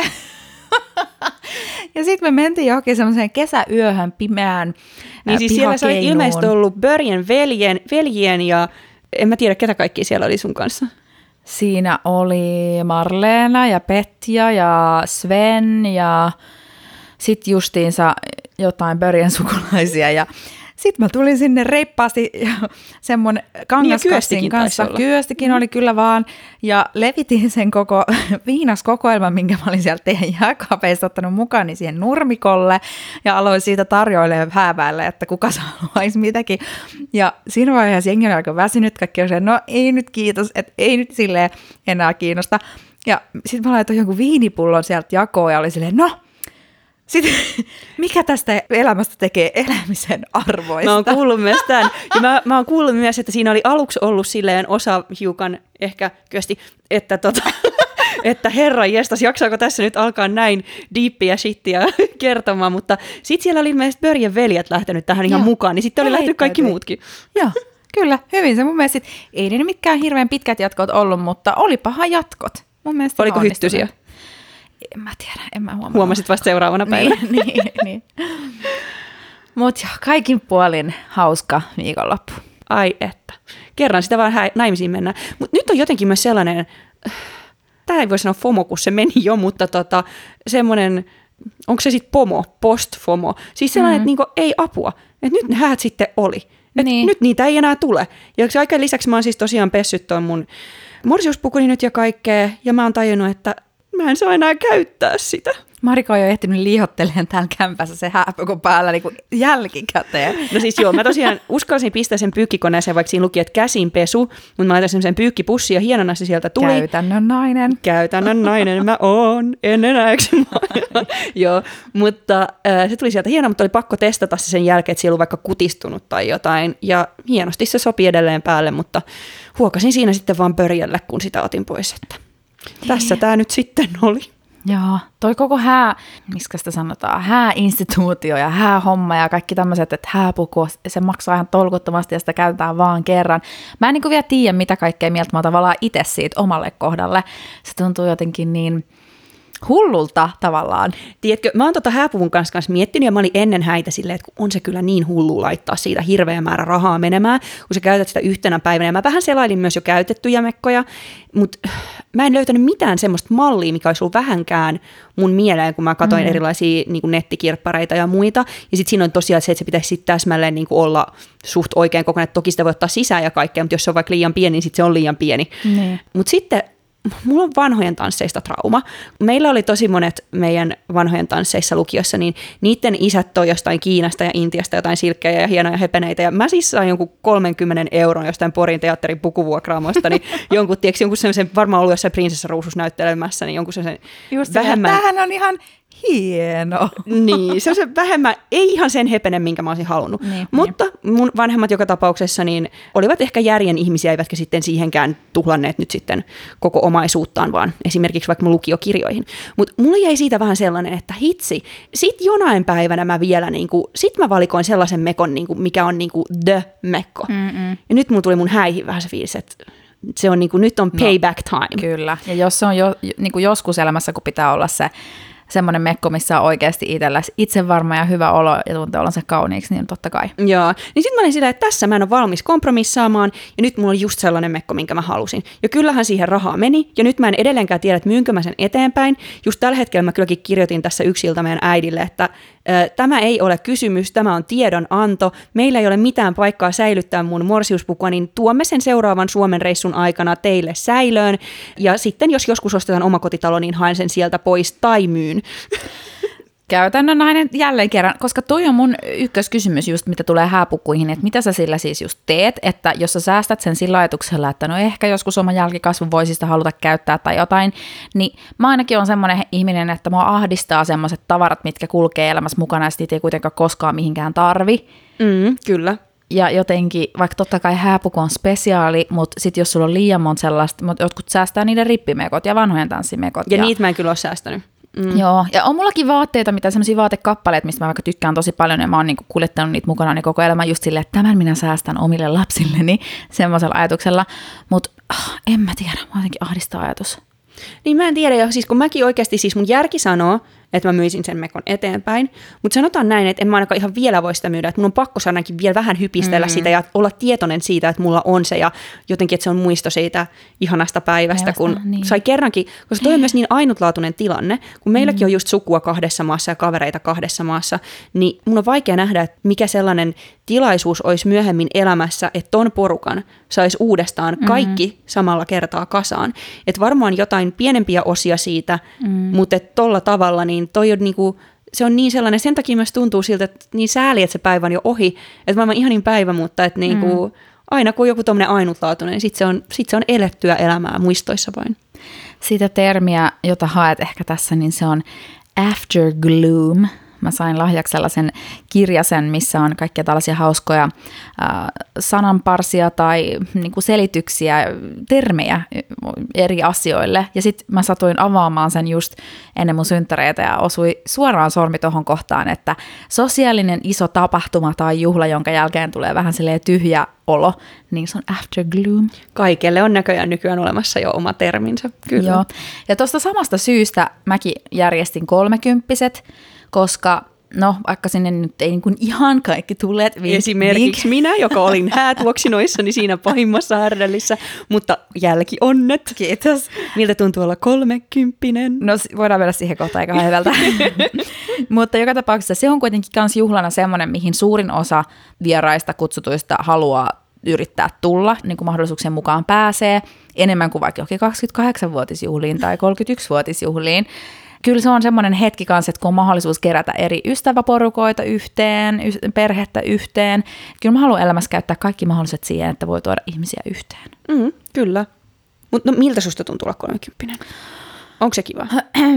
Ja sitten me mentiin johonkin semmoiseen kesäyöhön pimeään Niin siis siellä se oli ilmeisesti ollut Börjen veljen, veljien ja en mä tiedä, ketä kaikki siellä oli sun kanssa. Siinä oli Marleena ja Petja ja Sven ja sitten justiinsa jotain Börjen sukulaisia. Ja sitten mä tulin sinne reippaasti semmoinen kangaskassin niin kanssa. Kyöstikin oli kyllä vaan. Ja levitin sen koko viinaskokoelman, minkä mä olin sieltä teidän jääkaapeista ottanut mukaan, niin siihen nurmikolle. Ja aloin siitä tarjoilemaan hääväille, että kuka saa haluaisi mitäkin. Ja siinä vaiheessa jengi oli aika väsynyt. Kaikki oli se, no ei nyt kiitos, että ei nyt silleen enää kiinnosta. Ja sitten mä laitoin jonkun viinipullon sieltä jakoon ja oli silleen, no. Sitten, mikä tästä elämästä tekee elämisen arvoista? Mä oon kuullut myös tämän. Ja mä, mä oon kuullut myös, että siinä oli aluksi ollut silleen osa hiukan ehkä kösti, että, tota, että herra jestas, jaksaako tässä nyt alkaa näin diippiä shittiä kertomaan, mutta sitten siellä oli ilmeisesti Börjen veljet lähtenyt tähän ihan Joo. mukaan, niin sitten oli lähtenyt kaikki muutkin. Joo, kyllä, hyvin se mun mielestä. Sit, ei ne mitkään hirveän pitkät jatkot ollut, mutta olipahan jatkot. Mun mielestä Oliko hyttysiä? En mä tiedä, en mä huomaa. Huomasit vasta seuraavana päivänä. niin, niin, niin. Mutta kaikin puolin hauska viikonloppu. ai että. Kerran sitä vaan hä- naimisiin mennään. Mutta nyt on jotenkin myös sellainen, tämä ei voi sanoa FOMO, kun se meni jo, mutta tota, semmoinen, onko se sitten POMO, post-FOMO, siis sellainen, mm-hmm. että niinku, ei apua, että nyt ne häät sitten oli. Niin. Nyt niitä ei enää tule. Ja kaiken lisäksi mä oon siis tosiaan pessyt tuon mun morsiuspukuni nyt ja kaikkea, ja mä oon tajunnut, että mä en saa enää käyttää sitä. Marika on jo ehtinyt liihottelemaan täällä kämpässä se hääpuku päällä niin kuin jälkikäteen. No siis joo, mä tosiaan uskalsin pistää sen pyykkikoneeseen, vaikka siinä luki, että käsinpesu, mutta mä laitan sen pyykkipussin ja hienona se sieltä tuli. Käytännön nainen. Käytännön nainen mä oon, en enää Joo, mutta äh, se tuli sieltä hienoa, mutta oli pakko testata se sen jälkeen, että siellä oli vaikka kutistunut tai jotain. Ja hienosti se sopi edelleen päälle, mutta huokasin siinä sitten vaan pörjälle, kun sitä otin pois. Että tässä tää nyt sitten oli. Joo, toi koko hää, miskä sitä sanotaan, hääinstituutio ja häähomma ja kaikki tämmöiset, että hääpuku, se maksaa ihan tolkuttomasti ja sitä käytetään vaan kerran. Mä en niin kuin vielä tiedä, mitä kaikkea mieltä mä oon tavallaan itse siitä omalle kohdalle. Se tuntuu jotenkin niin hullulta tavallaan. Tiedätkö, mä oon tota hääpuvun kanssa, kanssa miettinyt ja mä olin ennen häitä silleen, että on se kyllä niin hullu laittaa siitä hirveä määrä rahaa menemään, kun sä käytät sitä yhtenä päivänä. Ja mä vähän selailin myös jo käytettyjä mekkoja, mutta mä en löytänyt mitään semmoista mallia, mikä olisi ollut vähänkään mun mieleen, kun mä katsoin mm. erilaisia niin kuin nettikirppareita ja muita. Ja sitten siinä on tosiaan se, että se pitäisi sitten täsmälleen niin kuin olla suht oikein kokonaan. Toki sitä voi ottaa sisään ja kaikkea, mutta jos se on vaikka liian pieni, niin sitten se on liian pieni. Mm. Mutta sitten mulla on vanhojen tansseista trauma. Meillä oli tosi monet meidän vanhojen tansseissa lukiossa, niin niiden isät toi jostain Kiinasta ja Intiasta jotain silkkejä ja hienoja hepeneitä. Ja mä siis sain jonkun kolmenkymmenen euron jostain Porin teatterin pukuvuokraamosta, niin jonkun, tiedätkö, jonkun sellaisen, varmaan ollut jossain prinsessaruususnäyttelemässä, niin jonkun sellaisen just vähemmän... Se, tämähän on ihan hieno. Niin, se on se vähemmän, ei ihan sen hepenen, minkä mä olisin halunnut. Niin, mutta niin. Mun vanhemmat joka tapauksessa niin olivat ehkä järjen ihmisiä, eivätkä sitten siihenkään tuhlanneet nyt sitten koko omaisuuttaan, vaan esimerkiksi vaikka mun lukiokirjoihin. Mutta mulla jäi siitä vähän sellainen, että hitsi, sit jonain päivänä mä vielä, niinku, sit mä valikoin sellaisen mekon, niinku, mikä on niinku the mekko. Mm-mm. Ja nyt mulla tuli mun häihin vähän se fiilis, että se on niinku, nyt on payback time. No, kyllä, ja jos se on jo, niinku joskus elämässä, kun pitää olla se semmoinen mekko, missä on oikeasti itsellesi itsevarma ja hyvä olo ja tuntee olonsa kauniiksi, niin totta kai. Joo, niin sitten mä olin sillä, että tässä mä en ole valmis kompromissaamaan ja nyt mulla on just sellainen mekko, minkä mä halusin. Ja kyllähän siihen rahaa meni ja nyt mä en edelleenkään tiedä, että myynkö mä sen eteenpäin. Just tällä hetkellä mä kylläkin kirjoitin tässä yksi ilta meidän äidille, että äh, tämä ei ole kysymys, tämä on tiedonanto. Meillä ei ole mitään paikkaa säilyttää mun morsiuspukua, niin tuomme sen seuraavan Suomen reissun aikana teille säilöön. Ja sitten jos joskus ostetaan omakotitalo, niin haen sen sieltä pois tai myyn. Käytännön nainen jälleen kerran, koska toi on mun ykköskysymys just, mitä tulee hääpukuihin, että mitä sä sillä siis just teet, että jos sä säästät sen sillä ajatuksella, että no ehkä joskus oma jälkikasvu voisi sitä haluta käyttää tai jotain, niin mä ainakin on semmoinen ihminen, että mua ahdistaa semmoiset tavarat, mitkä kulkee elämässä mukana ja niitä ei kuitenkaan koskaan mihinkään tarvi. Mm, kyllä. Ja jotenkin, vaikka totta kai hääpuku on spesiaali, mutta sitten jos sulla on liian monta sellaista, mutta jotkut säästää niiden rippimekot ja vanhojen tanssimekot. Ja, ja niitä mä en kyllä ole säästänyt. Mm. Joo, ja on mullakin vaatteita, mitä semmoisia vaatekappaleita, mistä mä vaikka tykkään tosi paljon, ja mä oon niinku kuljettanut niitä mukana niin koko elämä just silleen, että tämän minä säästän omille lapsilleni semmoisella ajatuksella, mutta oh, en mä tiedä, mä jotenkin ahdistaa ajatus. Niin mä en tiedä, ja siis kun mäkin oikeasti, siis mun järki sanoo, että mä myisin sen mekon eteenpäin, mutta sanotaan näin, että en mä ainakaan ihan vielä voi sitä myydä, että mun on pakko saadakin vielä vähän hypistellä mm. sitä ja olla tietoinen siitä, että mulla on se ja jotenkin, että se on muisto siitä ihanasta päivästä, päivästä kun niin. sai kerrankin, koska toi on myös niin ainutlaatuinen tilanne, kun meilläkin mm. on just sukua kahdessa maassa ja kavereita kahdessa maassa, niin mun on vaikea nähdä, että mikä sellainen tilaisuus olisi myöhemmin elämässä, että ton porukan saisi uudestaan kaikki mm. samalla kertaa kasaan. Että varmaan jotain pienempiä osia siitä, mm. mutta että tolla tavalla niin toi on niinku, se on niin sellainen, sen takia myös tuntuu siltä, että niin sääli, että se päivä on jo ohi, että maailman ihanin päivä, mutta että niinku, mm. aina kun on joku tommoinen ainutlaatuinen, niin sitten se, on, sit se on elettyä elämää muistoissa vain. Siitä termiä, jota haet ehkä tässä, niin se on aftergloom. Mä sain lahjaksi sellaisen kirjasen, missä on kaikkia tällaisia hauskoja äh, sananparsia tai niin kuin selityksiä, termejä eri asioille. Ja sitten mä satuin avaamaan sen just ennen mun synttäreitä ja osui suoraan sormi tohon kohtaan, että sosiaalinen iso tapahtuma tai juhla, jonka jälkeen tulee vähän silleen tyhjä olo, niin se on aftergloom. Kaikelle on näköjään nykyään olemassa jo oma terminsä. Kyllä. Joo. Ja tuosta samasta syystä mäkin järjestin kolmekymppiset, koska no vaikka sinne nyt ei niin kuin ihan kaikki tulleet. Vink, Esimerkiksi vink. minä, joka olin häätuoksinoissani siinä pahimmassa härdellissä, mutta jälkionnet. Kiitos. Miltä tuntuu olla kolmekymppinen? No voidaan mennä siihen kohtaan aika hyvältä. Mutta joka tapauksessa se on kuitenkin myös juhlana semmoinen, mihin suurin osa vieraista kutsutuista haluaa yrittää tulla, niin kuin mahdollisuuksien mukaan pääsee, enemmän kuin vaikka johonkin kaksikymmentäkahdeksanvuotisjuhliin tai kolmekymmentäyksivuotisjuhliin. Kyllä se on semmoinen hetki kanssa, että kun on mahdollisuus kerätä eri ystäväporukoita yhteen, perhettä yhteen. Kyllä mä haluan elämässä käyttää kaikki mahdolliset siihen, että voi tuoda ihmisiä yhteen. Mm, kyllä. Mutta no, miltä susta tuntuu olla kolmekymppinen? Onko se kiva?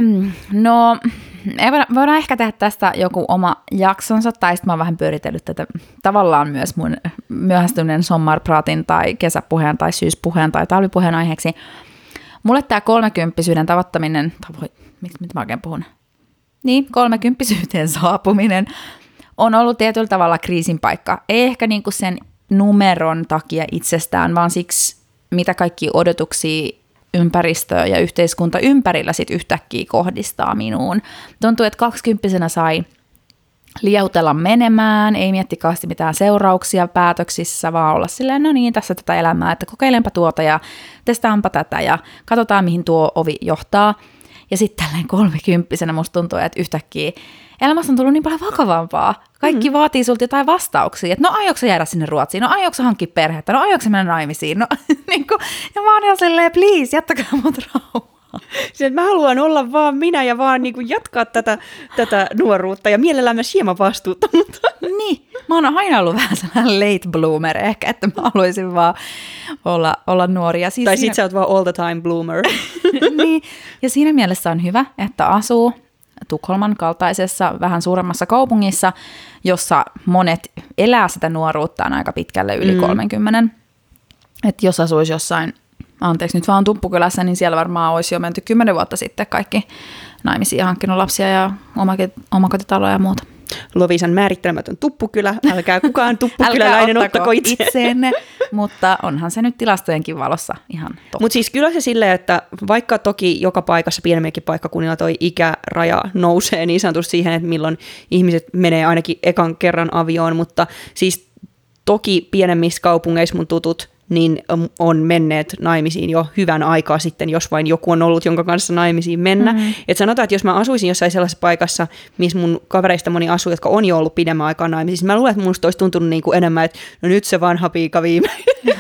No, ei voida, voidaan ehkä tehdä tästä joku oma jaksonsa, tai sitten mä oon vähän pyöritellyt tätä tavallaan myös mun myöhästyneen sommarpratin tai kesäpuheen tai syyspuheen tai talvipuheen aiheeksi. Mulle tämä kolmekymppisyyden tavoittaminen, tavo, mit, mitä mä oikein puhun? Niin, kolmekymppisyyteen saapuminen on ollut tietyllä tavalla kriisin paikka. Ei ehkä niinku sen numeron takia itsestään, vaan siksi, mitä kaikki odotuksia ympäristö ja yhteiskunta ympärillä sit yhtäkkiä kohdistaa minuun. Tuntuu, että kaksikymppisenä sai liautella menemään, ei mietti kaasti mitään seurauksia päätöksissä, vaan olla silleen, no niin, tässä tätä elämää, että kokeilenpa tuota ja testaanpa tätä ja katsotaan, mihin tuo ovi johtaa. Ja sitten tälleen kolmekymppisenä musta tuntuu, että yhtäkkiä elämässä on tullut niin paljon vakavampaa. Kaikki mm. vaatii sulta jotain vastauksia, että no aiotko jäädä sinne Ruotsiin, no aiotko hankkia perhettä, no aiotko mennä naimisiin, no niin kuin, ja mä oon ihan silleen, please, jättäkää mut rauhaa. Siis, mä haluan olla vaan minä ja vaan niin kuin jatkaa tätä, tätä nuoruutta ja mielellään myös hieman vastuuta. Mutta. Niin, mä oon aina ollut vähän sellainen late bloomer ehkä, että mä haluaisin vaan olla, olla nuoria. Siis tai siinä... sit sä oot vaan all the time bloomer. Niin, ja siinä mielessä on hyvä, että asuu Tukholman kaltaisessa vähän suuremmassa kaupungissa, jossa monet elää sitä nuoruuttaan aika pitkälle yli mm. kolmenkymmenen. Että jos asuisi jossain, anteeksi nyt vaan Tuppukylässä, niin siellä varmaan olisi jo menty kymmenen vuotta sitten kaikki naimisiin ja hankkinut lapsia ja omakotitaloja ja muuta. Lovisan määrittelemätön Tuppukylä. Älkää kukaan tuppukyläläinen ottako itse. itseenne, mutta onhan se nyt tilastojenkin valossa ihan totta. Mutta siis kyllä se silleen, että vaikka toki joka paikassa, pienemmänkin paikkakunnilla toi ikäraja nousee niin sanotusti siihen, että milloin ihmiset menee ainakin ekan kerran avioon, mutta siis toki pienemmissä kaupungeissa mun tutut niin on menneet naimisiin jo hyvän aikaa sitten, jos vain joku on ollut, jonka kanssa naimisiin mennä. Mm-hmm. Et sanotaan, että jos mä asuisin jossain sellaisessa paikassa, missä mun kavereista moni asuu, jotka on jo ollut pidemmän aikaa naimisiin, mä luulen, että musta olisi tuntunut niin kuin enemmän, että no nyt se vanha piika viime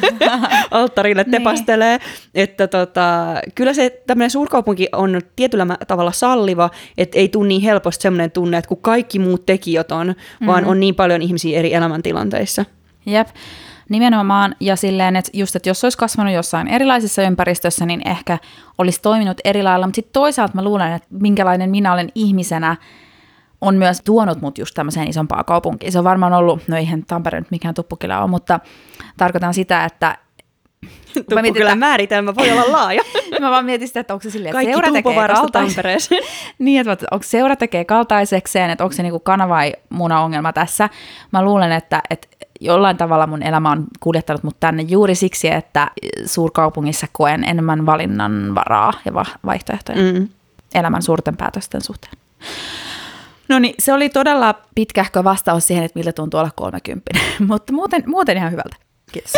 alttarille tepastelee. Että tota, kyllä se tämmöinen suurkaupunki on tietyllä tavalla salliva, että ei tule niin helposti semmoinen tunne, että kun kaikki muut tekijät on, mm-hmm. vaan on niin paljon ihmisiä eri elämäntilanteissa. Jep. Nimenomaan, ja silleen, että just, että jos olisi kasvanut jossain erilaisissa ympäristössä, niin ehkä olisi toiminut eri lailla, mutta sitten toisaalta mä luulen, että minkälainen minä olen ihmisenä on myös tuonut mut just tämmöiseen isompaan kaupunkiin. Se on varmaan ollut, no eihän Tampere nyt mikään tuppukylä ole, mutta tarkoitan sitä, että Tuppukylän määritelmä voi olla laaja. Mä vaan mietin sitä, että onko se silleen, kaikki seura tekee kaltaisekseen. Niin, että onko seura tekee kaltaisekseen, että onko se niinku kana vai muna ongelma tässä. Mä luulen, että, että jollain tavalla mun elämä on kuljettanut mut tänne juuri siksi, että suurkaupungissa koen enemmän valinnan varaa ja va- vaihtoehtoja mm. elämän suurten päätösten suhteen. No niin, se oli todella pitkähkö vastaus siihen, että miltä tuntuu olla kolmekymppinen, mutta muuten, muuten ihan hyvältä. Kiitos.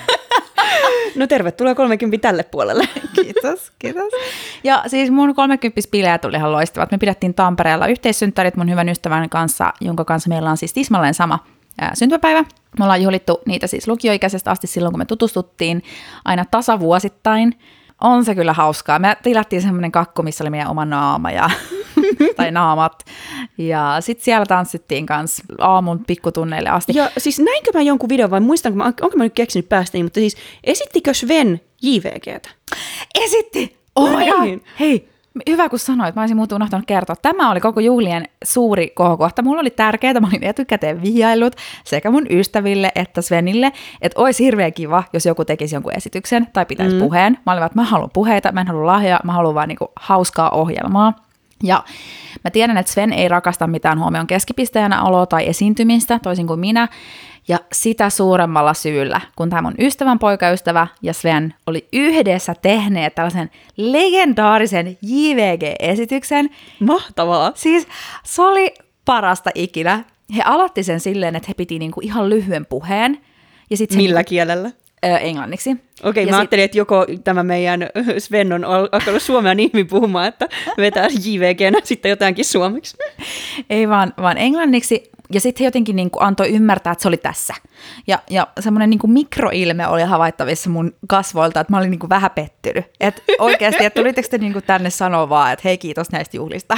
No tervetuloa kolmekymmentä tälle puolelle. Kiitos, kiitos. Ja siis mun kolmekymppispileet oli ihan loistavat. Me pidettiin Tampereella yhteissynttärit mun hyvän ystävän kanssa, jonka kanssa meillä on siis tismalleen sama ää, syntymäpäivä. Me ollaan juhlittu niitä siis lukioikäisestä asti silloin, kun me tutustuttiin aina tasavuosittain. On se kyllä hauskaa. Me tilattiin semmoinen kakku, missä oli meidän oma naama ja, tai naamat. Ja sitten siellä tanssittiin kanssa aamun pikkutunneille asti. Ja siis näinkö mä jonkun videon vai muistanko mä, onko mä nyt keksinyt päästä, mutta siis esittikö Sven J V G:tä? Esitti! Oh my God. Hei, hyvä kun sanoit, mä olisin muuten unohtanut kertoa. Tämä oli koko juhlien suuri kohokohta. Mulla oli tärkeää, mä olin etukäteen vihjaillut sekä mun ystäville että Svenille, että olisi hirveän kiva, jos joku tekisi jonkun esityksen tai pitäisi mm. puheen. Mä olin vaan, että mä haluan puheita, mä en halua lahjaa, mä haluan vaan niinku hauskaa ohjelmaa. Ja mä tiedän, että Sven ei rakasta mitään huomion keskipisteenä oloa tai esiintymistä, toisin kuin minä. Ja sitä suuremmalla syyllä, kun tämä mun ystävän poikaystävä ja Sven oli yhdessä tehneet tällaisen legendaarisen J V G-esityksen. Mahtavaa. Siis se oli parasta ikinä. He aloitti sen silleen, että he piti niinku ihan lyhyen puheen. Ja sit Millä niinku, kielellä? Ö, englanniksi. Okei, okay, mä sit... ajattelin, että joko tämä meidän Sven on alkanut suomea niin puhumaan, että vetää J V G:nä sitten jotainkin suomeksi. Ei vaan, vaan englanniksi. Ja sitten he jotenkin niinku antoi ymmärtää, että se oli tässä. Ja, ja semmoinen niinku mikroilme oli havaittavissa mun kasvoilta, että mä olin niinku vähän pettynyt. Että oikeasti, että tulitteko te niinku tänne sanoa vaan, että hei kiitos näistä juhlista.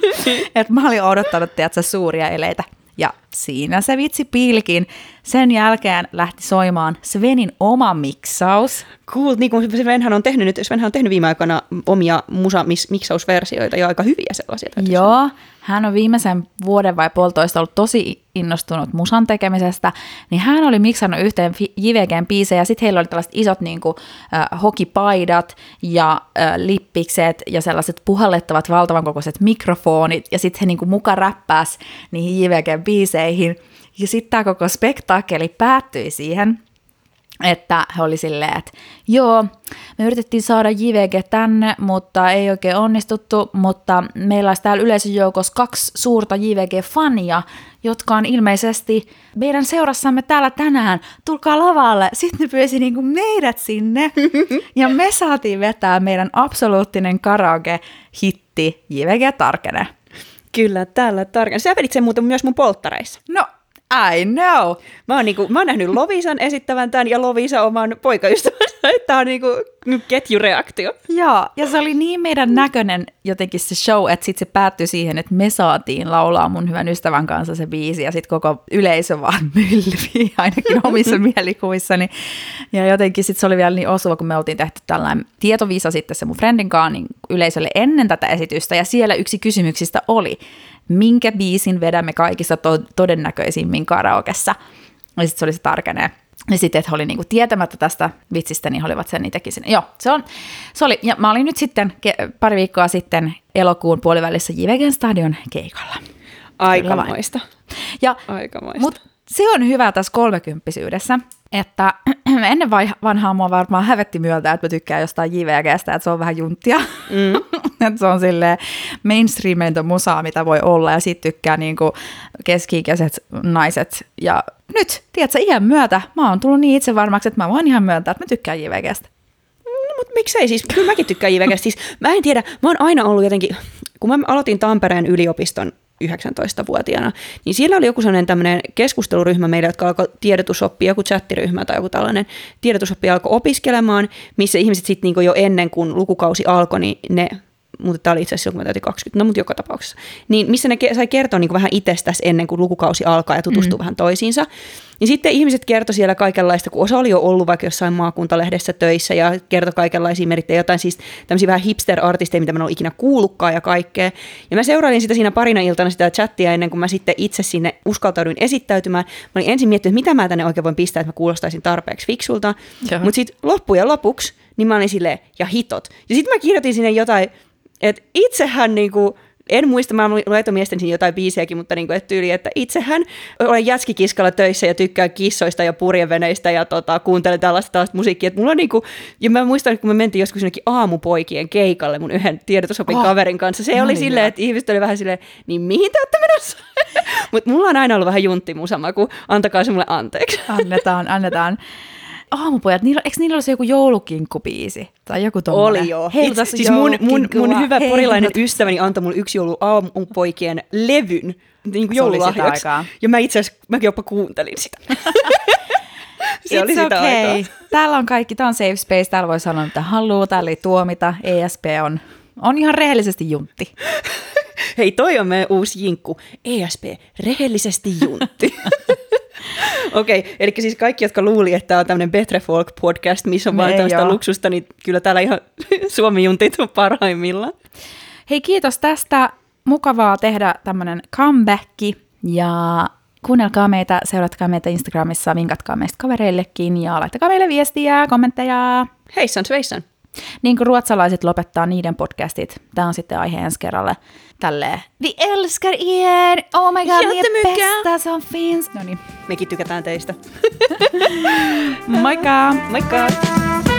Että mä olin odottanut, tiedätkö, suuria eleitä. Ja siinä se vitsi piilkin. Sen jälkeen lähti soimaan Svenin oma miksaus. Cool, niin kuin Svenhän on tehnyt nyt, Svenhän on tehnyt viime aikoina omia musa-miksausversioita ja aika hyviä sellaisia. Joo, hän on viimeisen vuoden vai puolitoista ollut tosi innostunut musan tekemisestä, niin hän oli miksannut yhteen J V G:n biisejä, ja sitten heillä oli tällaiset isot niin kuin, äh, hokipaidat ja äh, lippikset ja sellaiset puhallettavat valtavan kokoiset mikrofonit, ja sitten he niin kuin muka räppäs niihin J V G:n biiseihin, ja sitten tämä koko spektaakkeli päättyi siihen, että he oli silleen, että joo, me yritettiin saada J V G tänne, mutta ei oikein onnistuttu, mutta meillä olisi täällä yleisöjoukossa kaksi suurta J V G-fania, jotka on ilmeisesti meidän seurassamme täällä tänään, tulkaa lavalle. Sitten ne pyysi niinku meidät sinne, ja me saatiin vetää meidän absoluuttinen karaoke-hitti J V G Tarkene. Kyllä, täällä Tarkene. Sä vedit sen muuten myös mun polttareissa. No, I know. Mä oon, niinku, mä oon nähnyt Lovisan esittävän tämän ja Lovisa oman poikaystävänsä. Tämä on niinku ketjureaktio. Joo, ja se oli niin meidän näköinen jotenkin se show, että sitten se päättyi siihen, että me saatiin laulaa mun hyvän ystävän kanssa se biisi, ja sitten koko yleisö vaan mylvi, ainakin omissa mielikuvissani. Ja jotenkin sitten se oli vielä niin osuva, kun me oltiin tehty tällainen tietovisa sitten se mun friendin kanssa niin yleisölle ennen tätä esitystä, ja siellä yksi kysymyksistä oli, minkä biisin vedämme kaikista to- todennäköisimmin karaokessa. Ja sitten se oli se Tarkenee. Ja sitten, että he oli niinku tietämättä tästä vitsistä, niin he olivat sen niitäkin sinne. Joo, se, on, se oli. Ja mä olin nyt sitten ke- pari viikkoa sitten elokuun puolivälissä J V G:n stadion keikalla. Aikamoista. Ja, Aikamoista. Mut se on hyvä tässä kolmekymppisyydessä, että ennen vanhaa mua varmaan hävetti myöntää, että mä tykkään jostain J V G:stä, että se on vähän junttia. Mm. Että se on silleen mainstreameinta musaa, mitä voi olla, ja sit tykkää niinku keski-ikäiset naiset. Ja nyt, tiedätkö, iän myötä mä oon tullut niin itsevarmaksi, että mä voin ihan myöntää, että mä tykkään J V G:stä. No, mutta miksei siis? Kyllä mäkin tykkään J V G:stä. Siis, mä en tiedä, mä oon aina ollut jotenkin, kun mä aloitin Tampereen yliopiston yhdeksäntoistavuotiaana, niin siellä oli joku sellainen tämmöinen keskusteluryhmä meillä, jotka alkoi tiedotusoppi, joku chattiryhmä tai joku tällainen tiedotusoppi alkoi opiskelemaan, missä ihmiset sitten niinku jo ennen kuin lukukausi alkoi, niin ne, mutta tämä oli itse asiassa silloin, kun mä täytin kaksikymmentä, no mutta joka tapauksessa, niin missä ne sai kertoa niinku vähän itsestäsi ennen kuin lukukausi alkaa ja tutustua mm. vähän toisiinsa. Niin sitten ihmiset kertoi siellä kaikenlaista, kun osa oli jo ollut vaikka jossain maakuntalehdessä töissä ja kertoi kaikenlaisia merittejä, jotain siis tämmöisiä vähän hipster-artisteja, mitä mä en ole ikinä kuullutkaan ja kaikkea. Ja mä seurailin sitä siinä parina iltana sitä chattia ennen kuin mä sitten itse sinne uskaltauduin esittäytymään. Mä olin ensin miettinyt, mitä mä tänne oikein voin pistää, että mä kuulostaisin tarpeeksi fiksulta. Mutta sitten loppujen lopuksi, niin mä olin silleen, ja hitot. Ja sitten mä kirjoitin sinne jotain, että itsehän niinku... En muista, mä laitoin miesten siinä jotain biisejäkin, mutta niin kuin, että tyyli, että itsehän olen jätskikiskalla töissä ja tykkään kissoista ja purjeveneistä ja tota, kuuntelen tällaista, tällaista musiikkia. Että mulla on niin kuin, ja mä muistan, kun me mentiin joskus jonnekin aamupoikien keikalle mun yhden tiedotusopin oh, kaverin kanssa. Se oli silleen, että ihmiset oli vähän silleen, niin mihin te olette menossa? Mutta mulla on aina ollut vähän junttimusama, antakaa se mulle anteeksi. Annetaan, annetaan. Aamupojat, niillä, eikö niillä olisi joku joulukinkkubiisi? Tai joku tommoinen? Oli joo. Itse, siis mun, mun, mun hyvä Hei, porilainen ystäväni antoi mulle yksi joulu aamupoikien levyn niin kuin joululahjaksi. Ja mä itse asiassa, mäkin jopa kuuntelin sitä. Se It's oli sitä okay. Aikaa. Täällä on kaikki, tää on safe space, täällä voi sanoa mitä haluaa, täällä ei tuomita, E S P on, on ihan rehellisesti juntti. Hei, toi on meidän uusi jinkku, E S P, rehellisesti juntti. Okei, okay, eli siis kaikki, jotka luuli, että tämä on tämmöinen Betre Folk podcast, missä on vain tämmöistä luksusta, niin kyllä täällä ihan Suomi-juntit on parhaimmillaan. Hei, kiitos tästä. Mukavaa tehdä tämmöinen comeback. Ja kuunnelkaa meitä, seuratkaa meitä Instagramissa, vinkatkaa meistä kavereillekin ja laittakaa meille viestiä, kommentteja. Heissan sveissan. Niin kuin ruotsalaiset lopettaa niiden podcastit. Tämä on sitten aihe ensi kerralle. Tälleen. Vi älskar er! Oh my god, ni är bästa som finns! No niin. Mekin tykätään teistä. Moikka! Moikka!